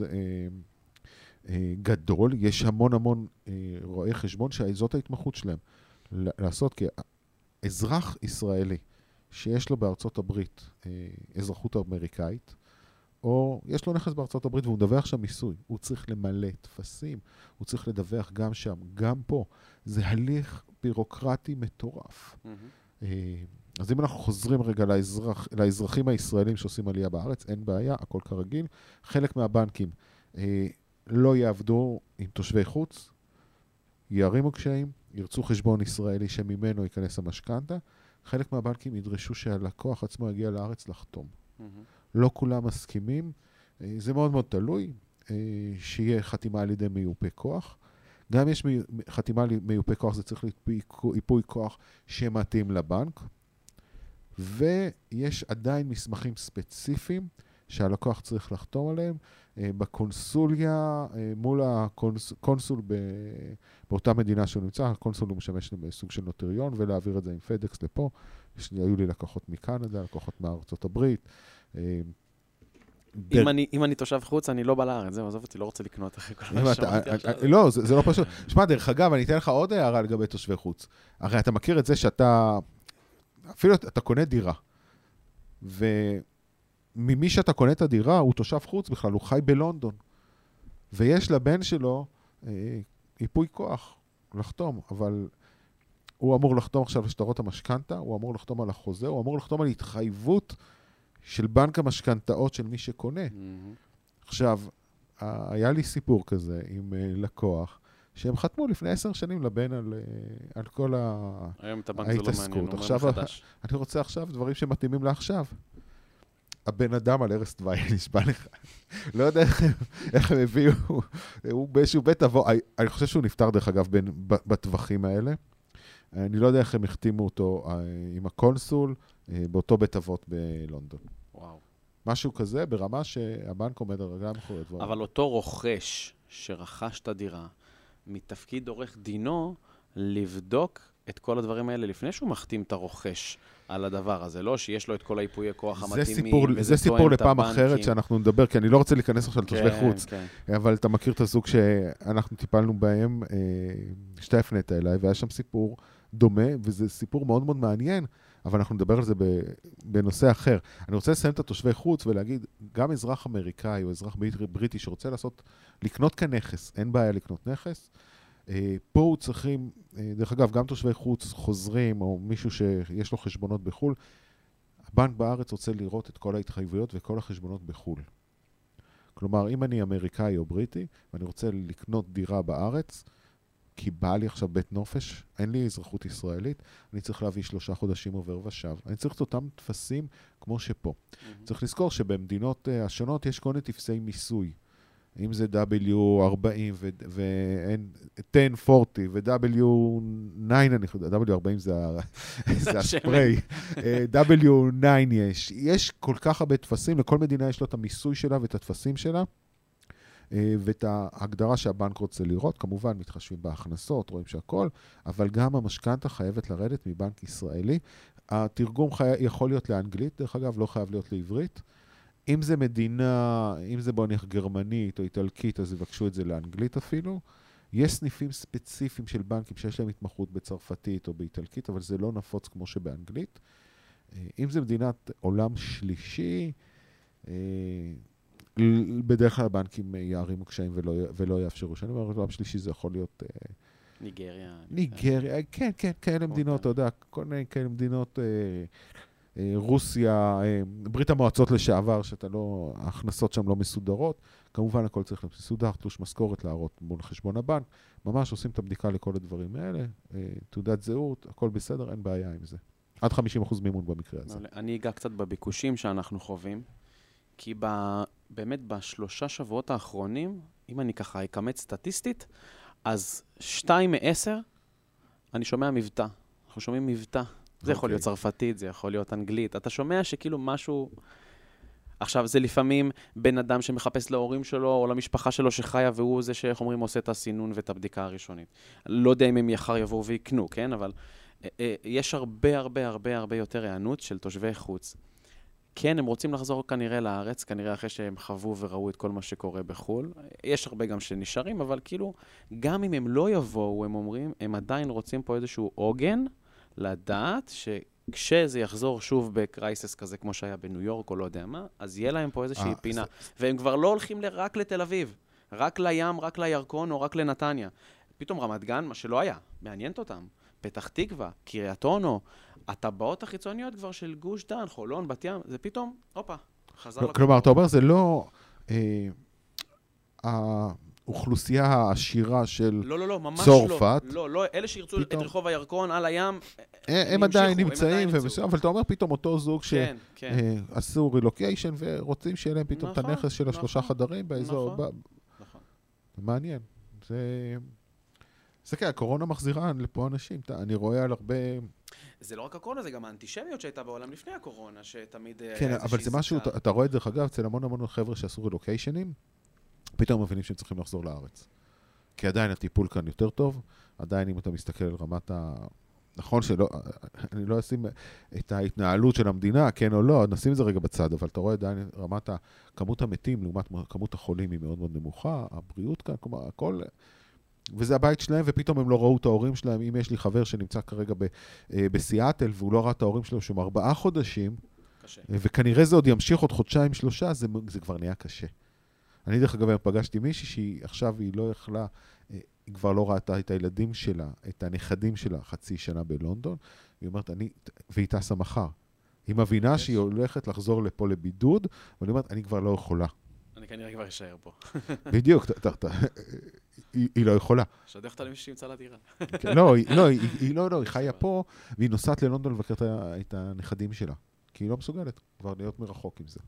גדול. יש המון המון רואי חשבון שזאת ההתמחות שלהם לעשות, כי אזרח ישראלי שיש לו בארצות הברית אזרחות אמריקאית, או יש לו נכס בארצות הברית והוא מדווח שם מיסוי, הוא צריך למלא תפסים, הוא צריך לדווח גם שם, גם פה. זה הליך בירוקרטי מטורף. Mm-hmm. אז אם אנחנו חוזרים רגע לאזרח, לאזרחים הישראלים שעושים עלייה בארץ, אין בעיה, הכל כרגיל. חלק מהבנקים אה, לא יעבדו עם תושבי חוץ, יערימו קשיים, ירצו חשבון ישראלי שממנו ייכנס המשכנתא, חלק מהבנקים ידרשו שהלקוח עצמו יגיע לארץ לחתום. Mm-hmm. לא כולם מסכימים, אה, זה מאוד מאוד תלוי, אה, שיהיה חתימה על ידי מיופה כוח. גם יש מי, חתימה על מיופה כוח, זה צריך ליפוי כוח שמתאים לבנק, ויש עדיין מסמכים ספציפיים שהלקוח צריך לחתום עליהם, בקונסוליה, מול הקונסול באותה מדינה שהוא נמצא, הקונסול הוא משמש בסוג של נוטריון, ולהעביר את זה עם פדקס לפה. היו לי לקוחות מקנדה, לקוחות מארצות הברית. אם אני, אם אני תושב חוץ, אני לא בא לארץ, זהו, עזוב אותי, לא רוצה לקנות אחרי כל מה ששמעתי עכשיו. לא, זה לא פשוט. שמע, דרך אגב, אני אתן לך עוד הערה לגבי תושבי חוץ. הרי אתה מכיר את זה שאתה, אפילו אתה קונה דירה, וממי שאתה קונה את הדירה, הוא תושב חוץ בכלל, הוא חי בלונדון, ויש לבן שלו ייפוי כוח לחתום, אבל הוא אמור לחתום עכשיו לשטרות המשכנתא, הוא אמור לחתום על החוזה, הוא אמור לחתום על התחייבות של בנק המשכנתאות של מי שקונה. Mm-hmm. עכשיו, היה לי סיפור כזה עם לקוח, שהם חתמו לפני עשר שנים לבן על, על כל ההתעסקות. היום את הבנק זה לא מעניין, הוא עכשיו, אומר מחדש. אני רוצה עכשיו דברים שמתאימים לעכשיו. הבן אדם על ערש דווי, נשבע לך. לא יודע איך, איך הם הביאו, הוא באיזשהו בית אבו, אני חושב שהוא נפטר דרך אגב בין, בטווחים האלה. אני לא יודע איך הם החתימו אותו עם הקונסול, באותו בית אבות בלונדון. וואו. משהו כזה ברמה שהבנק עומד על רגליים אחוריות. אבל אותו רוכש שרכש את הדירה, מתפקיד עורך דינו לבדוק את כל הדברים האלה לפני שהוא מחתים את הרוכש על הדבר הזה. לא שיש לו את כל היפויי כוח המתאימים. זה סיפור לפעם אחרת שאנחנו נדבר, כי אני לא רוצה להיכנס עכשיו לתושבי חוץ, כן. אבל אתה מכיר את הזוג שאנחנו טיפלנו בהם, שאתה הפנית אליי, והיה שם סיפור דומה, וזה סיפור מאוד מאוד מעניין, אבל אנחנו נדבר על זה בנושא אחר. אני רוצה לסיים את התושבי חוץ ולהגיד, גם אזרח אמריקאי או אזרח בריטי שרוצה לעשות, לקנות כנכס, אין בעיה לקנות נכס. פה הוא צריכים, דרך אגב, גם תושבי חוץ חוזרים, או מישהו שיש לו חשבונות בחול, הבנק בארץ רוצה לראות את כל ההתחייבויות וכל החשבונות בחול. כלומר, אם אני אמריקאי או בריטי, ואני רוצה לקנות דירה בארץ, כי בא לי עכשיו בית נופש, אין לי אזרחות ישראלית, אני צריך להביא שלושה חודשים עובר ושב. אני צריך את אותם תפסים כמו שפה. Mm-hmm. צריך לזכור שבמדינות uh, השונות יש כל מיני תפסי מיסוי. אם זה דאבליו ארבעים ו-עשר ארבעים ו-דאבליו תשע, אני חושב, דאבליו ארבעים זה הספרי, דאבליו תשע יש. יש כל כך הרבה תפסים, לכל מדינה יש לו את המיסוי שלה ואת התפסים שלה. ואת ההגדרה שהבנק רוצה לראות, כמובן מתחשבים בהכנסות, רואים שהכל, אבל גם המשכנתא חייבת לרדת מבנק ישראלי. התרגום חי... יכול להיות לאנגלית, דרך אגב, לא חייב להיות לעברית. אם זה מדינה, אם זה בוא נניח גרמנית או איטלקית, אז יבקשו את זה לאנגלית אפילו. יש סניפים ספציפיים של בנקים שיש להם התמחות בצרפתית או באיטלקית, אבל זה לא נפוץ כמו שבאנגלית. אם זה מדינת עולם שלישי, בדרך כלל הבנקים יערימו קשיים ולא, ולא יאפשרו. שאני אומר, עולם שלישי זה יכול להיות... ניגריה. ניגריה, כן, כן, כאלה מדינות, אתה יודע, כל מיני כאלה מדינות, רוסיה, ברית המועצות לשעבר, שאתה לא, ההכנסות שם לא מסודרות. כמובן, הכל צריך להיות מסודר, תלוש משכורת להראות מול חשבון הבנק. ממש עושים את הבדיקה לכל הדברים האלה, תעודת זהות, הכל בסדר, אין בעיה עם זה. עד חמישים אחוז מימון במקרה הזה. אני אגע קצת בביקושים שאנחנו חווים. כי ב, באמת בשלושה שבועות האחרונים, אם אני ככה אקמץ סטטיסטית, אז שתיים מעשר, אני שומע מבטא. אנחנו שומעים מבטא. זה יכול להיות צרפתית, זה יכול להיות אנגלית. אתה שומע שכאילו משהו... עכשיו, זה לפעמים בן אדם שמחפש להורים שלו או למשפחה שלו שחיה, והוא זה שאיך אומרים, עושה את הסינון ואת הבדיקה הראשונית. לא יודע אם הם יחר יבואו ויקנו, כן? אבל אה, אה, יש הרבה, הרבה, הרבה, הרבה יותר הענות של תושבי חוץ. כן, הם רוצים לחזור כנראה לארץ, כנראה אחרי שהם חוו וראו את כל מה שקורה בחול. יש הרבה גם שנשארים, אבל כאילו, גם אם הם לא יבואו, הם אומרים, הם עדיין רוצים פה איזשהו עוגן, לדעת שכשזה יחזור שוב בקרייסס כזה, כמו שהיה בניו יורק או לא יודע מה, אז יהיה להם פה איזושהי פינה. והם כבר לא הולכים רק לתל אביב, רק לים, רק לירקון או רק לנתניה. פתאום רמת גן, מה שלא היה, מעניינת אותם. פתח תקווה, קריית אונו, הטבעות החיצוניות כבר של גוש דן, חולון, בת ים, זה פתאום, הופה, חזר לקום. כלומר, אתה אומר, זה לא האוכלוסייה העשירה של צורפת. לא, לא, לא, ממש לא. לא, לא, אלה שירצו את רחוב הירקון על הים, הם עדיין נמצאים, אבל אתה אומר פתאום אותו זוג שעשו רילוקיישן ורוצים שיהיה להם פתאום את הנכס של השלושה חדרים באזור. נכון. מעניין. זה... זה כן, הקורונה מחזירה לפה אנשים, אני רואה על הרבה... זה לא רק הקורונה, זה גם האנטישמיות שהייתה בעולם לפני הקורונה, שתמיד... כן, אבל זה משהו, אתה רואה את זה, אגב, אצל המון המון חבר'ה שעשו רילוקיישנים, פתאום מבינים שהם צריכים לחזור לארץ. כי עדיין הטיפול כאן יותר טוב, עדיין אם אתה מסתכל על רמת ה... נכון שלא, אני לא אשים את ההתנהלות של המדינה, כן או לא, נשים את זה רגע בצד, אבל אתה רואה עדיין רמת כמות המתים, לעומת כמות החולים היא מאוד מאוד נמוכה, הבריאות כאן, כלומר, הכל... וזה הבית שלהם, ופתאום הם לא ראו את ההורים שלהם. אם יש לי חבר שנמצא כרגע ב, אה, בסיאטל, והוא לא ראה את ההורים שלו שם ארבעה חודשים, קשה. אה, וכנראה זה עוד ימשיך עוד חודשיים, שלושה, זה, זה כבר נהיה קשה. אני דרך אגב, פגשתי מישהי שהיא עכשיו היא לא יכלה, אה, היא כבר לא ראתה את הילדים שלה, את הנכדים שלה, חצי שנה בלונדון, היא אומרת, אני, והיא טסה מחר. היא מבינה יש. שהיא הולכת לחזור לפה לבידוד, ואני אומרת, אני כבר לא יכולה. אני כנראה כבר אשאר פה. בדיוק, היא לא יכולה. שדך אותה למי שימצא לדירה. לא, היא לא, לא, היא חיה פה, והיא נוסעת ללונדון לבקר את הנכדים שלה. כי היא לא מסוגלת כבר להיות מרחוק עם זה.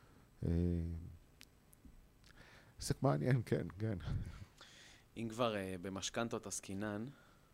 עסק מעניין, כן, כן. אם כבר במשכנתות עסקינן,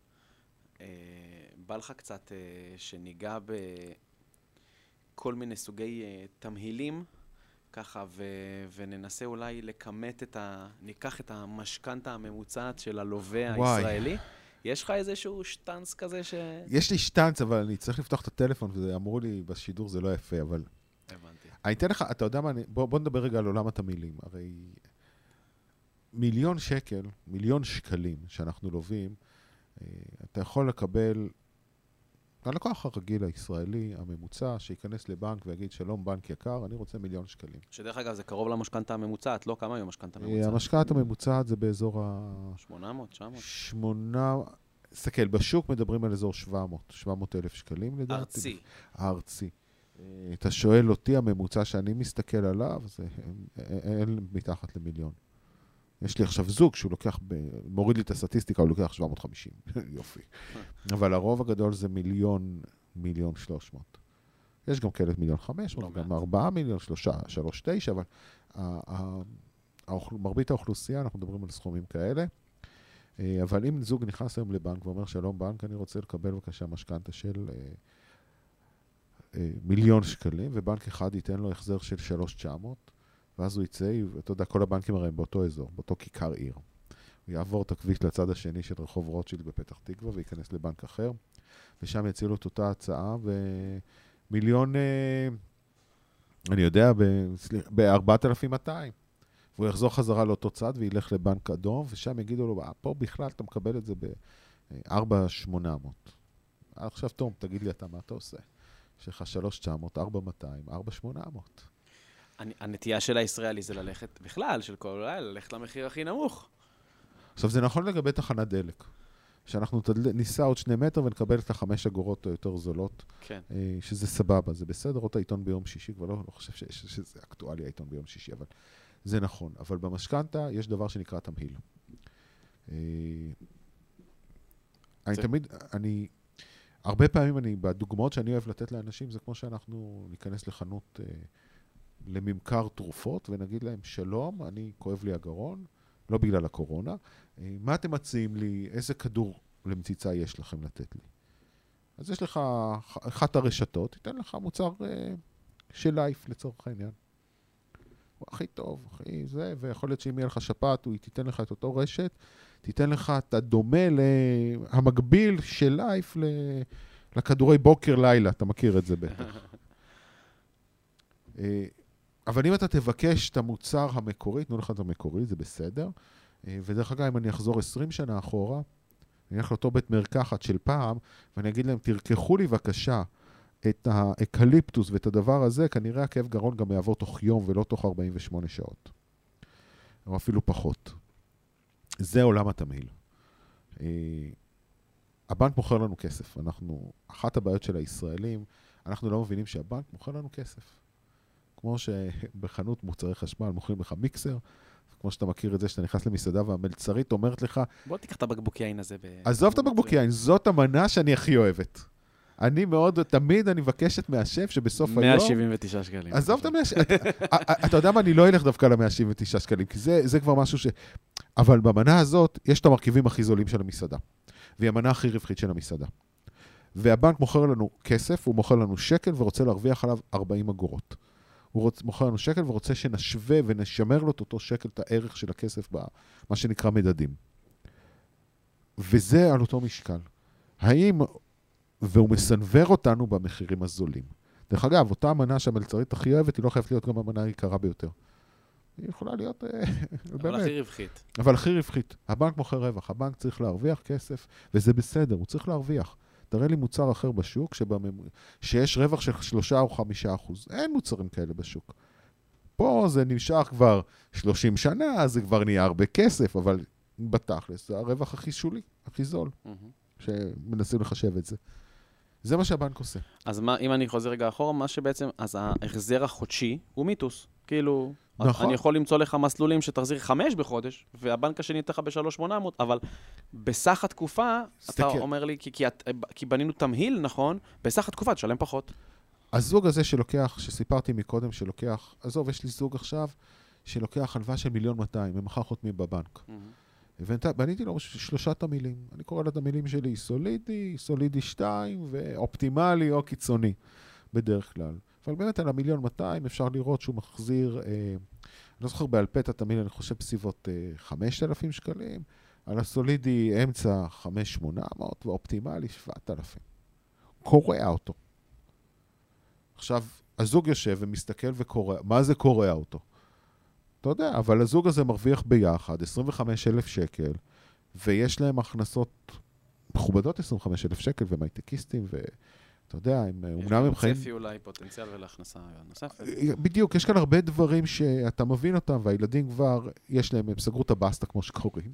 בא לך קצת שניגע בכל מיני סוגי תמהילים, ככה, ו- וננסה אולי לקמת את ה... ניקח את המשכנתה הממוצעת של הלווה הישראלי. יש לך איזשהו שטנץ כזה ש... יש לי שטנץ, אבל אני צריך לפתוח את הטלפון, וזה אמרו לי בשידור, זה לא יפה, אבל... הבנתי. אני אתן לך, אתה יודע מה, אני... בוא, בוא נדבר רגע על עולם התמילים. הרי מיליון שקל, מיליון שקלים שאנחנו לווים, אתה יכול לקבל... הלקוח הרגיל הישראלי, הממוצע, שיכנס לבנק ויגיד, שלום בנק יקר, אני רוצה מיליון שקלים. שדרך אגב, זה קרוב למשכנתה הממוצעת, לא? כמה היום משכנתה הממוצעת? המשכנתה הממוצעת זה באזור ה... שמונה מאות, תשע מאות? שמונה... סתכל, בשוק מדברים על אזור שבע מאות, שבע מאות אלף שקלים לדעתי. ארצי. הארצי. אתה שואל אותי, הממוצע שאני מסתכל עליו, זה אין מתחת למיליון. יש לי עכשיו זוג שהוא לוקח, ב... מוריד לי את הסטטיסטיקה, הוא לוקח שבע מאות וחמישים. יופי. אבל הרוב הגדול זה מיליון, מיליון שלוש מאות. יש גם כאלה מיליון חמש מאות, גם ארבעה מיליון, שלושה, שלוש, תשע, אבל מרבית האוכלוסייה, אנחנו מדברים על סכומים כאלה. אבל אם זוג נכנס היום לבנק ואומר, שלום בנק, אני רוצה לקבל בבקשה משכנתה של מיליון שקלים, ובנק אחד ייתן לו החזר של שלוש תשע מאות, ואז הוא יצא, ואתה יודע, כל הבנקים הרי באותו אזור, באותו כיכר עיר. הוא יעבור את הכביש לצד השני של רחוב רוטשילד בפתח תקווה, וייכנס לבנק אחר, ושם יצילו את אותה הצעה, ומיליון, אני יודע, ב-ארבעת אלפים מאתיים. והוא יחזור חזרה לאותו צד, וילך לבנק אדום, ושם יגידו לו, פה בכלל אתה מקבל את זה ב-ארבע אלף שמונה מאות. עכשיו, תום, תגיד לי אתה, מה אתה עושה? יש לך שלוש תשע מאות, ארבע אלף מאתיים, ארבע אלף שמונה מאות. הנטייה של הישראלי זה ללכת בכלל, של כל אולי, ללכת למחיר הכי נמוך. עכשיו, זה נכון לגבי תחנת דלק. שאנחנו ניסע עוד שני מטר ונקבל את החמש אגורות היותר זולות. כן. שזה סבבה, זה בסדר, או את העיתון ביום שישי, כבר לא, לא חושב שיש, שזה אקטואלי העיתון ביום שישי, אבל זה נכון. אבל במשכנתה יש דבר שנקרא תמהיל. אני תמיד, אני, הרבה פעמים אני, בדוגמאות שאני אוהב לתת לאנשים, זה כמו שאנחנו ניכנס לחנות לממכר תרופות, ונגיד להם, שלום, אני כואב לי הגרון, לא בגלל הקורונה. מה אתם מציעים לי, איזה כדור למציצה יש לכם לתת לי? אז יש לך אחת הרשתות, תיתן לך מוצר של לייף לצורך העניין. הוא הכי טוב, הכי זה, ויכול להיות שאם יהיה לך שפעת, הוא תיתן לך את אותו רשת, תיתן לך את הדומה להמקביל של לייף לכדורי בוקר לילה, אתה מכיר את זה בטח. אבל אם אתה תבקש את המוצר המקורי, תנו לך את המקורי, זה בסדר. ודרך אגב, אם אני אחזור עשרים שנה אחורה, אני אלך לאותו בית מרקחת של פעם, ואני אגיד להם, תרקחו לי בבקשה את האקליפטוס ואת הדבר הזה, כנראה הכאב גרון גם יעבור תוך יום ולא תוך ארבעים ושמונה שעות. או אפילו פחות. זה עולם התמהיל. הבנק מוכר לנו כסף. אנחנו, אחת הבעיות של הישראלים, אנחנו לא מבינים שהבנק מוכר לנו כסף. כמו שבחנות מוצרי חשמל מוכרים לך מיקסר, כמו שאתה מכיר את זה, שאתה נכנס למסעדה והמלצרית אומרת לך... בוא תיקח את הבקבוקי יין הזה. ב... עזוב את הבקבוקי יין, זאת המנה שאני הכי אוהבת. אני מאוד, תמיד אני מבקשת מהשף שבסוף היום... מאה שבעים ותשעה שקלים. עזוב את ה-מאה שבעים ותשעה... אתה יודע מה, אני לא אלך דווקא ל-מאה שבעים ותשעה שקלים, כי זה כבר משהו ש... אבל במנה הזאת, יש את המרכיבים הכי זולים של המסעדה. והיא המנה הכי רווחית של המסעדה. והבנק מוכר לנו כסף, הוא מוכר לנו שקל ורוצה להרוויח עליו ארבעים אגורות. הוא רוצ, מוכר לנו שקל ורוצה שנשווה ונשמר לו את אותו שקל, את הערך של הכסף, במה שנקרא מדדים. וזה על אותו משקל. האם, והוא מסנבר אותנו במחירים הזולים. דרך אגב, אותה המנה שהמלצרית הכי אוהבת, היא לא חייבת להיות גם המנה היקרה ביותר. היא יכולה להיות... אבל באמת. הכי רווחית. אבל הכי רווחית. הבנק מוכר רווח, הבנק צריך להרוויח כסף, וזה בסדר, הוא צריך להרוויח. תראה לי מוצר אחר בשוק, שבממ... שיש רווח של שלושה או חמישה אחוז. אין מוצרים כאלה בשוק. פה זה נמשך כבר שלושים שנה, זה כבר נהיה הרבה כסף, אבל בתכלס, זה הרווח הכי שולי, הכי זול, mm-hmm. שמנסים לחשב את זה. זה מה שהבנק עושה. אז מה, אם אני חוזר רגע אחורה, מה שבעצם, אז ההחזר החודשי הוא מיתוס. כאילו, נכון. אני יכול למצוא לך מסלולים שתחזיר חמש בחודש, והבנק השני ייתן לך ב-שלוש שמונה מאות, אבל בסך התקופה, סתכל. אתה אומר לי, כי, כי, כי בנינו תמהיל, נכון, בסך התקופה תשלם פחות. הזוג הזה שלוקח, שסיפרתי מקודם שלוקח, עזוב, יש לי זוג עכשיו, שלוקח הלוואה של מיליון מאתיים, ומחר חותמים בבנק. Mm-hmm. ובניתי לו שלושה תמילים. אני קורא לה תמילים שלי, סולידי, סולידי שתיים, ואופטימלי או קיצוני, בדרך כלל. אבל באמת על המיליון מאתיים אפשר לראות שהוא מחזיר, אה, אני לא זוכר בעל פה את התמיל, אני חושב בסביבות אה, חמשת אלפים שקלים, על הסולידי אמצע חמש שמונה מאות, ואופטימלי שבעת אלפים. קורע אותו. עכשיו, הזוג יושב ומסתכל וקורע, מה זה קורע אותו? אתה יודע, אבל הזוג הזה מרוויח ביחד עשרים וחמישה אלף שקל, ויש להם הכנסות מכובדות עשרים וחמישה אלף שקל, ומייטקיסטים, ואתה יודע, הם, אומנם הם חיים... יש צפי אולי פוטנציאל ולהכנסה נוספת. בדיוק, יש כאן הרבה דברים שאתה מבין אותם, והילדים כבר, יש להם, הם סגרו את הבאסטה כמו שקוראים.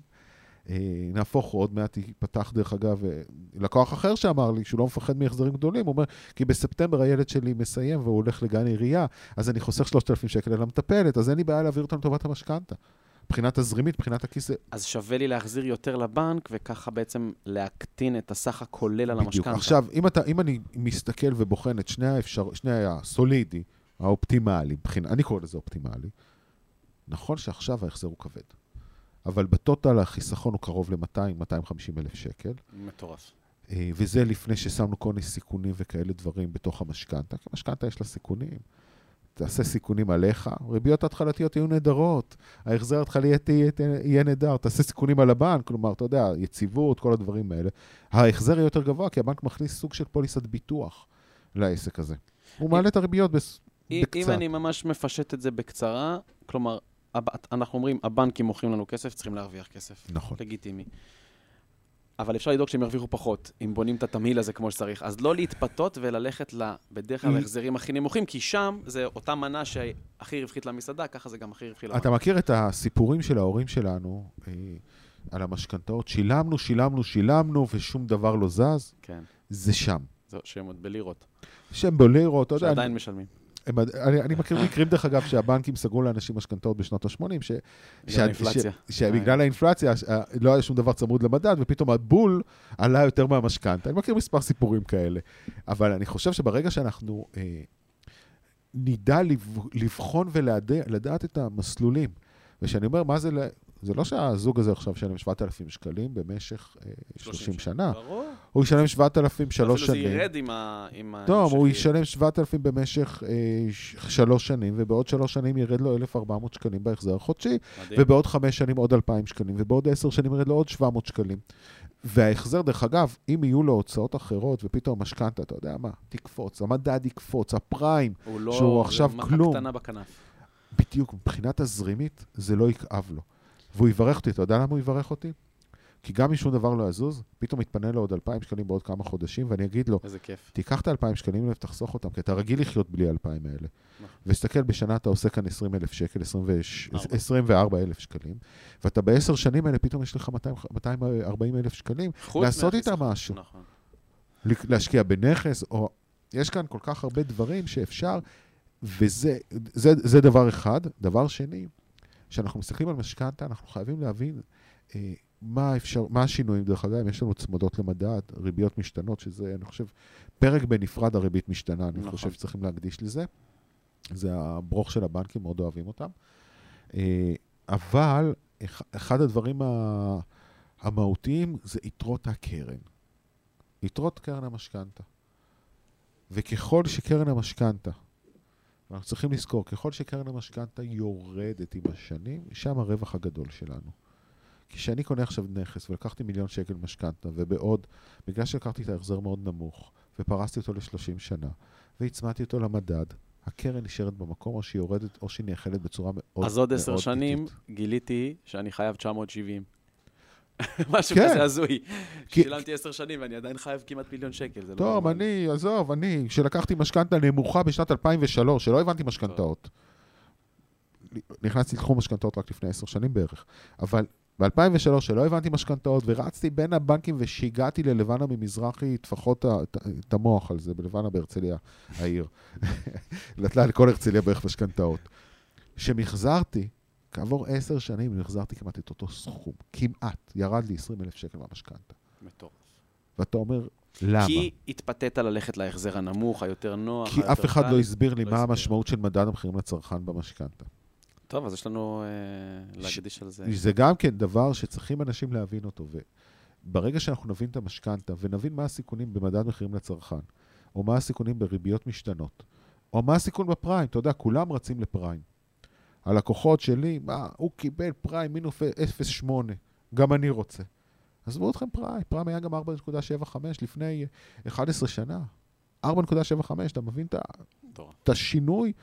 נהפוך עוד מעט ייפתח דרך אגב, לקוח אחר שאמר לי שהוא לא מפחד מהחזרים גדולים, הוא אומר, כי בספטמבר הילד שלי מסיים והוא הולך לגן עירייה, אז אני חוסך שלושת אלפים שקל על המטפלת, אז אין לי בעיה להעביר אותם לטובת המשכנתה. מבחינת הזרימית, מבחינת הכיס... אז שווה לי להחזיר יותר לבנק, וככה בעצם להקטין את הסך הכולל על המשכנתה. עכשיו, אם, אתה, אם אני מסתכל ובוחן את שני האפשר, שני הסולידי, האופטימלי, מבחינת, אני קורא לזה אופטימלי, נכון שעכשיו ההחזר הוא כבד. אבל בטוטל החיסכון הוא קרוב ל-מאתיים עד מאתיים וחמישים אלף שקל. מטורף. וזה לפני ששמנו כל מיני סיכונים וכאלה דברים בתוך המשכנתה. כי המשכנתה יש לה סיכונים. תעשה סיכונים עליך, ריביות התחלתיות יהיו נהדרות, ההחזר התחלי יהיה נהדר, תעשה סיכונים על הבנק, כלומר, אתה יודע, יציבות, כל הדברים האלה. ההחזר יהיה יותר גבוה, כי הבנק מכניס סוג של פוליסת ביטוח לעסק הזה. הוא מעלה את הריביות בקצת. אם אני ממש מפשט את זה בקצרה, כלומר, אנחנו אומרים, הבנקים מוכרים לנו כסף, צריכים להרוויח כסף. נכון. לגיטימי. אבל אפשר לדאוג שהם ירוויחו פחות, אם בונים את התמהיל הזה כמו שצריך. אז לא להתפתות וללכת בדרך כלל להחזרים הכי נמוכים, כי שם זה אותה מנה שהכי רווחית למסעדה, ככה זה גם הכי רווחי לבנק. אתה מכיר את הסיפורים של ההורים שלנו על המשכנתאות? שילמנו, שילמנו, שילמנו, ושום דבר לא זז? כן. זה שם. זה שהם עוד בלירות. שהם בלירות, אתה יודע. שעדיין משלמים. אני, אני מכיר מקרים דרך אגב שהבנקים סגרו לאנשים משכנתאות בשנות ה-שמונים, ש... בגלל האינפלציה. שבגלל האינפלציה לא היה שום דבר צמוד למדד, ופתאום הבול עלה יותר מהמשכנתה. אני מכיר מספר סיפורים כאלה. אבל אני חושב שברגע שאנחנו אה, נדע לבחון ולדעת את המסלולים, ושאני אומר, מה זה זה לא שהזוג הזה עכשיו ישלם שבעת אלפים שקלים במשך אה, שלושים שנה. ברור. הוא ישלם שבעת אלפים שלוש שנים. אפילו זה ירד עם ה... עם ה- טוב, עם הוא השקל. ישלם שבעת אלפים במשך אה, ש- שלוש שנים, ובעוד שלוש שנים ירד לו אלף וארבע מאות שקלים בהחזר החודשי, מדהים. ובעוד חמש שנים עוד אלפיים שקלים, ובעוד עשר שנים ירד לו עוד שבע מאות שקלים. וההחזר, דרך אגב, אם יהיו לו הוצאות אחרות, ופתאום משכנתה, אתה יודע מה, תקפוץ, המדד יקפוץ, הפריים, הוא לא... שהוא עכשיו זה מכה כלום. קטנה בכנף. בדיוק, מבחינת הזרימית, זה לא יכאב לו. והוא יברך אותי, אתה יודע למה הוא יברך אותי? כי גם אם שום דבר לא יזוז, פתאום יתפנה לו עוד אלפיים שקלים בעוד כמה חודשים, ואני אגיד לו, איזה כיף. תיקח את האלפיים שקלים ותחסוך אותם, כי אתה רגיל לחיות בלי האלפיים האלה. וסתכל, בשנה אתה עושה כאן עשרים אלף שקל, עשרים וארבע אלף שקלים, ואתה בעשר שנים האלה, פתאום יש לך מאתיים וארבעים אלף שקלים, לעשות איתם משהו. נכון. להשקיע בנכס, או... יש כאן כל כך הרבה דברים שאפשר, וזה זה, זה דבר אחד. דבר שני, כשאנחנו מסתכלים על משכנתה, אנחנו חייבים להבין אה, מה, אפשר, מה השינויים. דרך אגב, יש לנו צמודות למדד, ריביות משתנות, שזה, אני חושב, פרק בנפרד הריבית משתנה, אני נכון. חושב שצריכים להקדיש לזה. זה הברוך של הבנקים, מאוד אוהבים אותם. אה, אבל אחד הדברים ה- המהותיים זה יתרות הקרן. יתרות קרן המשכנתה. וככל שקרן המשכנתה, אנחנו צריכים לזכור, ככל שקרן המשכנתה יורדת עם השנים, שם הרווח הגדול שלנו. כי כשאני קונה עכשיו נכס ולקחתי מיליון שקל משכנתה, ובעוד, בגלל שלקחתי את ההחזר מאוד נמוך, ופרסתי אותו ל-שלושים שנה, והצמדתי אותו למדד, הקרן נשארת במקום, או שהיא יורדת, או שהיא נאכלת בצורה מאוד... אז עוד עשר שנים איטית. גיליתי שאני חייב תשע מאות שבעים. משהו כן. כזה הזוי. כי- שילמתי עשר שנים ואני עדיין חייב כמעט מיליון שקל. זה לא טוב, נורמלי. אני, עזוב, אני, כשלקחתי משכנתה נמוכה בשנת אלפיים ושלוש, שלא הבנתי משכנתאות. נכנסתי לתחום משכנתאות רק לפני עשר שנים בערך. אבל ב-אלפיים ושלוש, שלא הבנתי משכנתאות, ורצתי בין הבנקים ושיגעתי ללבנה ממזרחי, טפחות את המוח על זה, בלבנה בהרצליה, העיר. נתלה לכל הרצליה בערך משכנתאות. שמחזרתי, כעבור עשר שנים, מחזרתי כמעט את אותו סכום. כמעט. ירד לי עשרים אלף שקל מהמשכנתה. מטורף. ואתה אומר, למה? כי התפתית ללכת להחזר הנמוך, היותר נוח, כי היותר אף אחד קל. לא הסביר לי לא מה הסביר. המשמעות של מדד המחירים לצרכן במשכנתה. טוב, אז יש לנו אה, להקדיש על זה. זה גם כן דבר שצריכים אנשים להבין אותו, וברגע שאנחנו נבין את המשכנתה, ונבין מה הסיכונים במדד מחירים לצרכן, או מה הסיכונים בריביות משתנות, או מה הסיכון בפריים, אתה יודע, כולם רצים לפריים. הלקוחות שלי, מה, הוא קיבל פריים מינוס אפס נקודה שמונה, גם אני רוצה. עזבו אתכם פריים, פריים היה גם ארבע נקודה שבע חמש לפני אחת עשרה שנה. ארבע נקודה שבע חמש, אתה מבין את ה- את השינוי?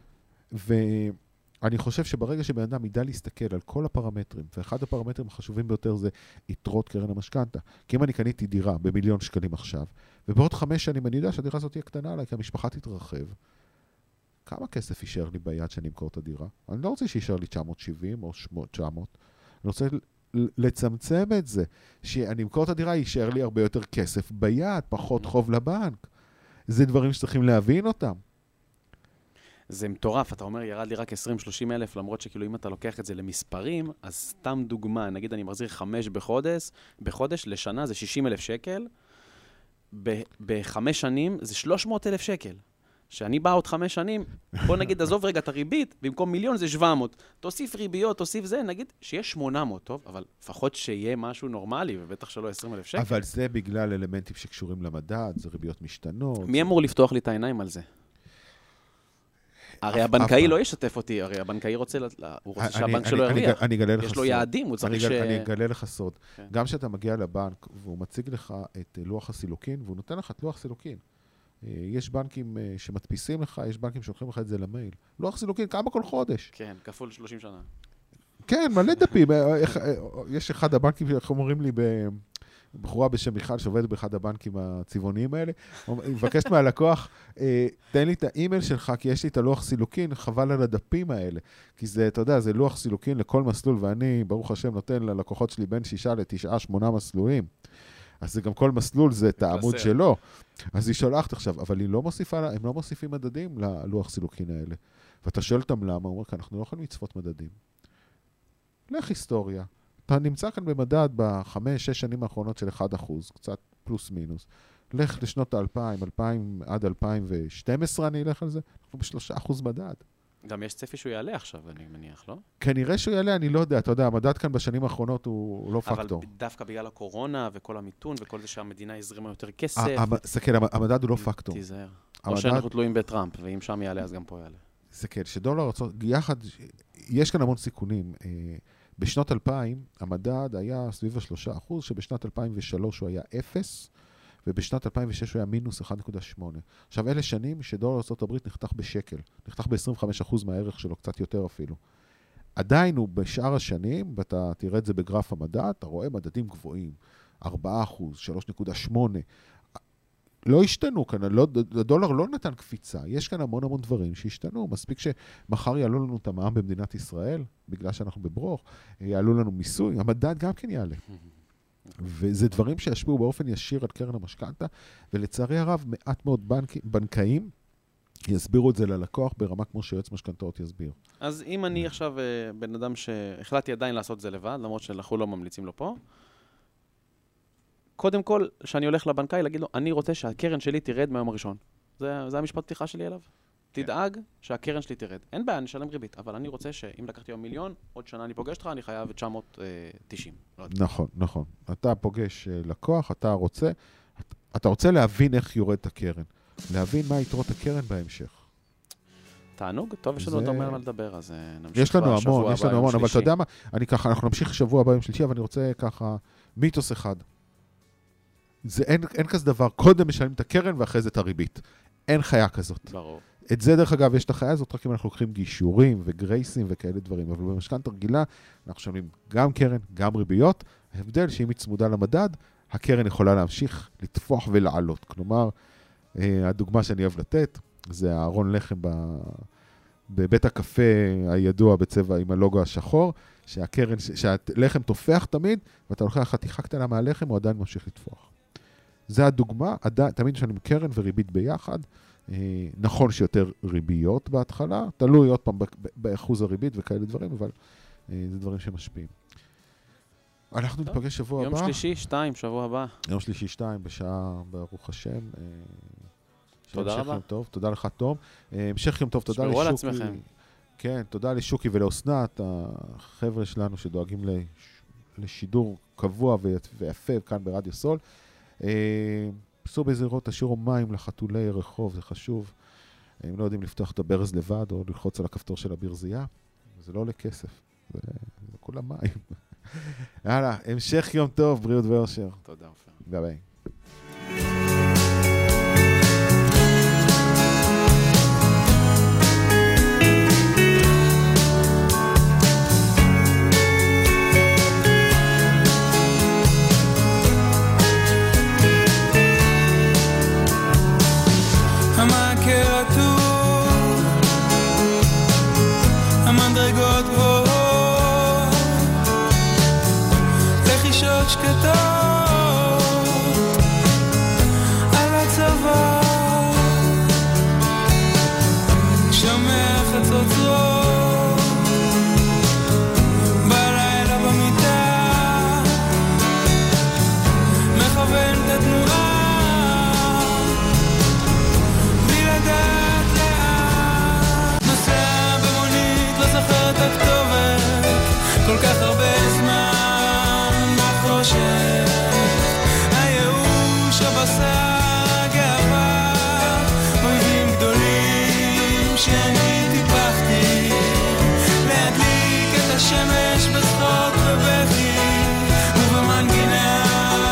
ואני חושב שברגע שבן אדם ידע להסתכל על כל הפרמטרים, ואחד הפרמטרים החשובים ביותר זה יתרות קרן המשכנתה. כי אם אני קניתי דירה במיליון שקלים עכשיו, ובעוד חמש שנים אני יודע שהדירה הזאת תהיה קטנה עליי, כי המשפחה תתרחב, כמה כסף יישאר לי ביד שאני אמכור את הדירה? אני לא רוצה שישאר לי תשע מאות שבעים או תשע מאות. אני רוצה לצמצם את זה, שאני אמכור את הדירה, יישאר לי הרבה יותר כסף ביד, פחות חוב לבנק. זה דברים שצריכים להבין אותם. זה מטורף, אתה אומר, ירד לי רק עשרים שלושים אלף, למרות שכאילו אם אתה לוקח את זה למספרים, אז סתם דוגמה, נגיד אני מחזיר חמש בחודש, בחודש לשנה זה שישים אלף שקל, ב- בחמש שנים זה שלוש מאות אלף שקל. שאני בא עוד חמש שנים, בוא נגיד, עזוב רגע את הריבית, במקום מיליון זה שבע מאות. תוסיף ריביות, תוסיף זה, נגיד שיש שמונה מאות, טוב, אבל לפחות שיהיה משהו נורמלי, ובטח שלא עשרים אלף שקל. אבל זה בגלל אלמנטים שקשורים למדד, זה ריביות משתנות. מי אמור לפתוח לי את העיניים על זה? הרי הבנקאי לא ישתף אותי, הרי הבנקאי רוצה, הוא רוצה שהבנק שלו ירוויח. אני אגלה לך סוד. יש לו יעדים, הוא צריך ש... אני אגלה לך סוד. כן. גם כשאתה מגיע לבנק, והוא מציג לך את לוח הסילוקין, והוא נותן לך את לוח סילוקין. יש בנקים שמדפיסים לך, יש בנקים שלוקחים לך את זה למייל. לוח סילוקין, כמה כל חודש. כן, כפול שלושים שנה. כן, מלא דפים. יש אחד הבנקים שאומרים לי, בחורה בשם מיכל שעובדת באחד הבנקים הצבעוניים האלה, היא מבקשת מהלקוח, תן לי את האימייל שלך, כי יש לי את הלוח סילוקין, חבל על הדפים האלה. כי זה, אתה יודע, זה לוח סילוקין לכל מסלול, ואני, ברוך השם, נותן ללקוחות שלי בין שישה לתשעה, שמונה מסלולים. אז זה גם כל מסלול, זה את העמוד שלו. אז היא שולחת עכשיו, אבל היא לא מוסיפה, הם לא מוסיפים מדדים ללוח סילוקין האלה. ואתה שואל אותם למה, הוא אומר, כי אנחנו לא יכולים לצפות מדדים. לך היסטוריה. אתה נמצא כאן במדד בחמש, שש שנים האחרונות של אחד אחוז, קצת פלוס מינוס. לך לשנות ה-אלפיים, אלפיים עד אלפיים ושתים עשרה אני אלך על זה, אנחנו בשלושה אחוז מדד. גם יש צפי שהוא יעלה עכשיו, אני מניח, לא? כנראה שהוא יעלה, אני לא יודע, אתה יודע, המדד כאן בשנים האחרונות הוא לא פקטור. אבל דווקא בגלל הקורונה וכל המיתון וכל זה שהמדינה הזרימה יותר כסף. סכן, המדד הוא לא פקטור. תיזהר. או שאנחנו תלויים בטראמפ, ואם שם יעלה, אז גם פה יעלה. סכן, שדולר ארצות, יחד, יש כאן המון סיכונים. בשנות אלפיים, המדד היה סביב ה-שלושה אחוז, שבשנת אלפיים ושלוש הוא היה אפס, ובשנת אלפיים ושש הוא היה מינוס אחד נקודה שמונה. עכשיו, אלה שנים שדולר ארצות הברית נחתך בשקל, נחתך ב-עשרים וחמישה אחוז מהערך שלו, קצת יותר אפילו. עדיין הוא בשאר השנים, ואתה תראה את זה בגרף המדד, אתה רואה מדדים גבוהים, ארבעה אחוז, שלוש נקודה שמונה. לא השתנו כאן, לא, הדולר לא נתן קפיצה, יש כאן המון המון דברים שהשתנו, מספיק שמחר יעלו לנו את המע"מ במדינת ישראל, בגלל שאנחנו בברוך, יעלו לנו מיסוי, המדד גם כן יעלה. וזה דברים שישפיעו באופן ישיר על קרן המשכנתא, ולצערי הרב מעט מאוד בנק, בנקאים יסבירו את זה ללקוח ברמה כמו שיועץ משכנתאות יסביר. אז אם אני עכשיו בן אדם שהחלטתי עדיין לעשות זה לבד, למרות שאנחנו לא ממליצים לו פה, קודם כל, שאני הולך לבנקאי, להגיד לו, אני רוצה שהקרן שלי תרד מהיום הראשון. זה, זה המשפט פתיחה שלי אליו. כן. תדאג שהקרן שלי תרד. אין בעיה, אני אשלם ריבית, אבל אני רוצה שאם לקחתי יום מיליון, עוד שנה אני פוגש אותך, אני חייב תשע מאות תשעים. נכון, נכון. אתה פוגש לקוח, אתה רוצה, אתה רוצה להבין איך יורד את הקרן. להבין מה יתרות הקרן בהמשך. תענוג, טוב, יש לנו עוד הרבה מה לדבר, אז נמשיך יש לנו המון, יש לנו המון, אבל אתה יודע מה, אני ככה, אנחנו נמשיך שבוע הבא יום שלישי, אבל אני רוצה ככה, מיתוס אחד. זה אין, אין כזה דבר, קודם משלמים את הקרן ואחרי זה את הריבית. אין חיה כזאת. ברור. את זה דרך אגב, יש את החיה הזאת, רק אם אנחנו לוקחים גישורים וגרייסים וכאלה דברים, אבל במשכנתא רגילה, אנחנו משלמים גם קרן, גם ריביות. ההבדל שאם היא צמודה למדד, הקרן יכולה להמשיך לתפוח ולעלות. כלומר, הדוגמה שאני אוהב לתת, זה הארון לחם ב... בבית הקפה הידוע בצבע עם הלוגו השחור, שהקרן, שהלחם תופח תמיד, ואתה לוקח חתיכה קטנה מהלחם, הוא עדיין ממשיך לתפוח. זה הדוגמה, תמיד משלמים קרן וריבית ביחד, נכון שיותר ריביות בהתחלה, תלוי עוד פעם באחוז הריבית וכאלה דברים, אבל זה דברים שמשפיעים. אנחנו נתפגש שבוע הבא. יום שלישי, שתיים, שבוע הבא. יום שלישי, שתיים, בשעה ברוך השם. תודה רבה. טוב, תודה לך, תום. המשך יום טוב, תודה לשוקי. שמרו על עצמכם. כן, תודה לשוקי ולאוסנת, החבר'ה שלנו שדואגים לשידור קבוע ויפה כאן ברדיו סול. פסו בזירות, תשאירו מים לחתולי רחוב, זה חשוב. הם לא יודעים לפתוח את הברז לבד או ללחוץ על הכפתור של הברזייה. זה לא עולה כסף, זה, זה כולה מים. יאללה, המשך יום טוב, בריאות ואושר. תודה, אופן. ביי ביי. המדרגות גבוהות, לחישות שקטות על הצבא, שומע חצוצרות בלילה במיטה, מכוון את התנועה בלי לדעת לאן, נוסע במונית לא זוכר את הכתובת, כל כך הרבה זמן בחושך, הייאוש הבשר גאווה, אויבים גדולים שאני טיפחתי, להדליק את השמש בשחוק ובכי ובמנגינה.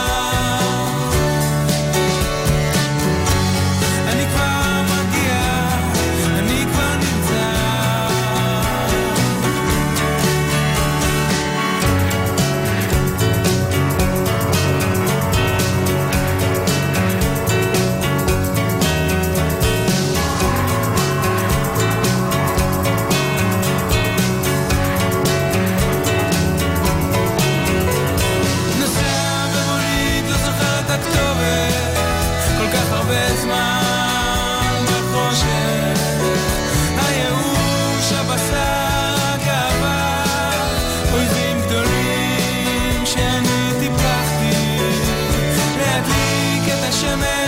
אני כבר מגיע, אני כבר נמצא, נוסע במונית לא זוכר את הכתובת, כל כך הרבה זמן בחושך, הייאוש הבשר גאווה, אויבים גדולים שאני טיפחתי, להדליק את השמש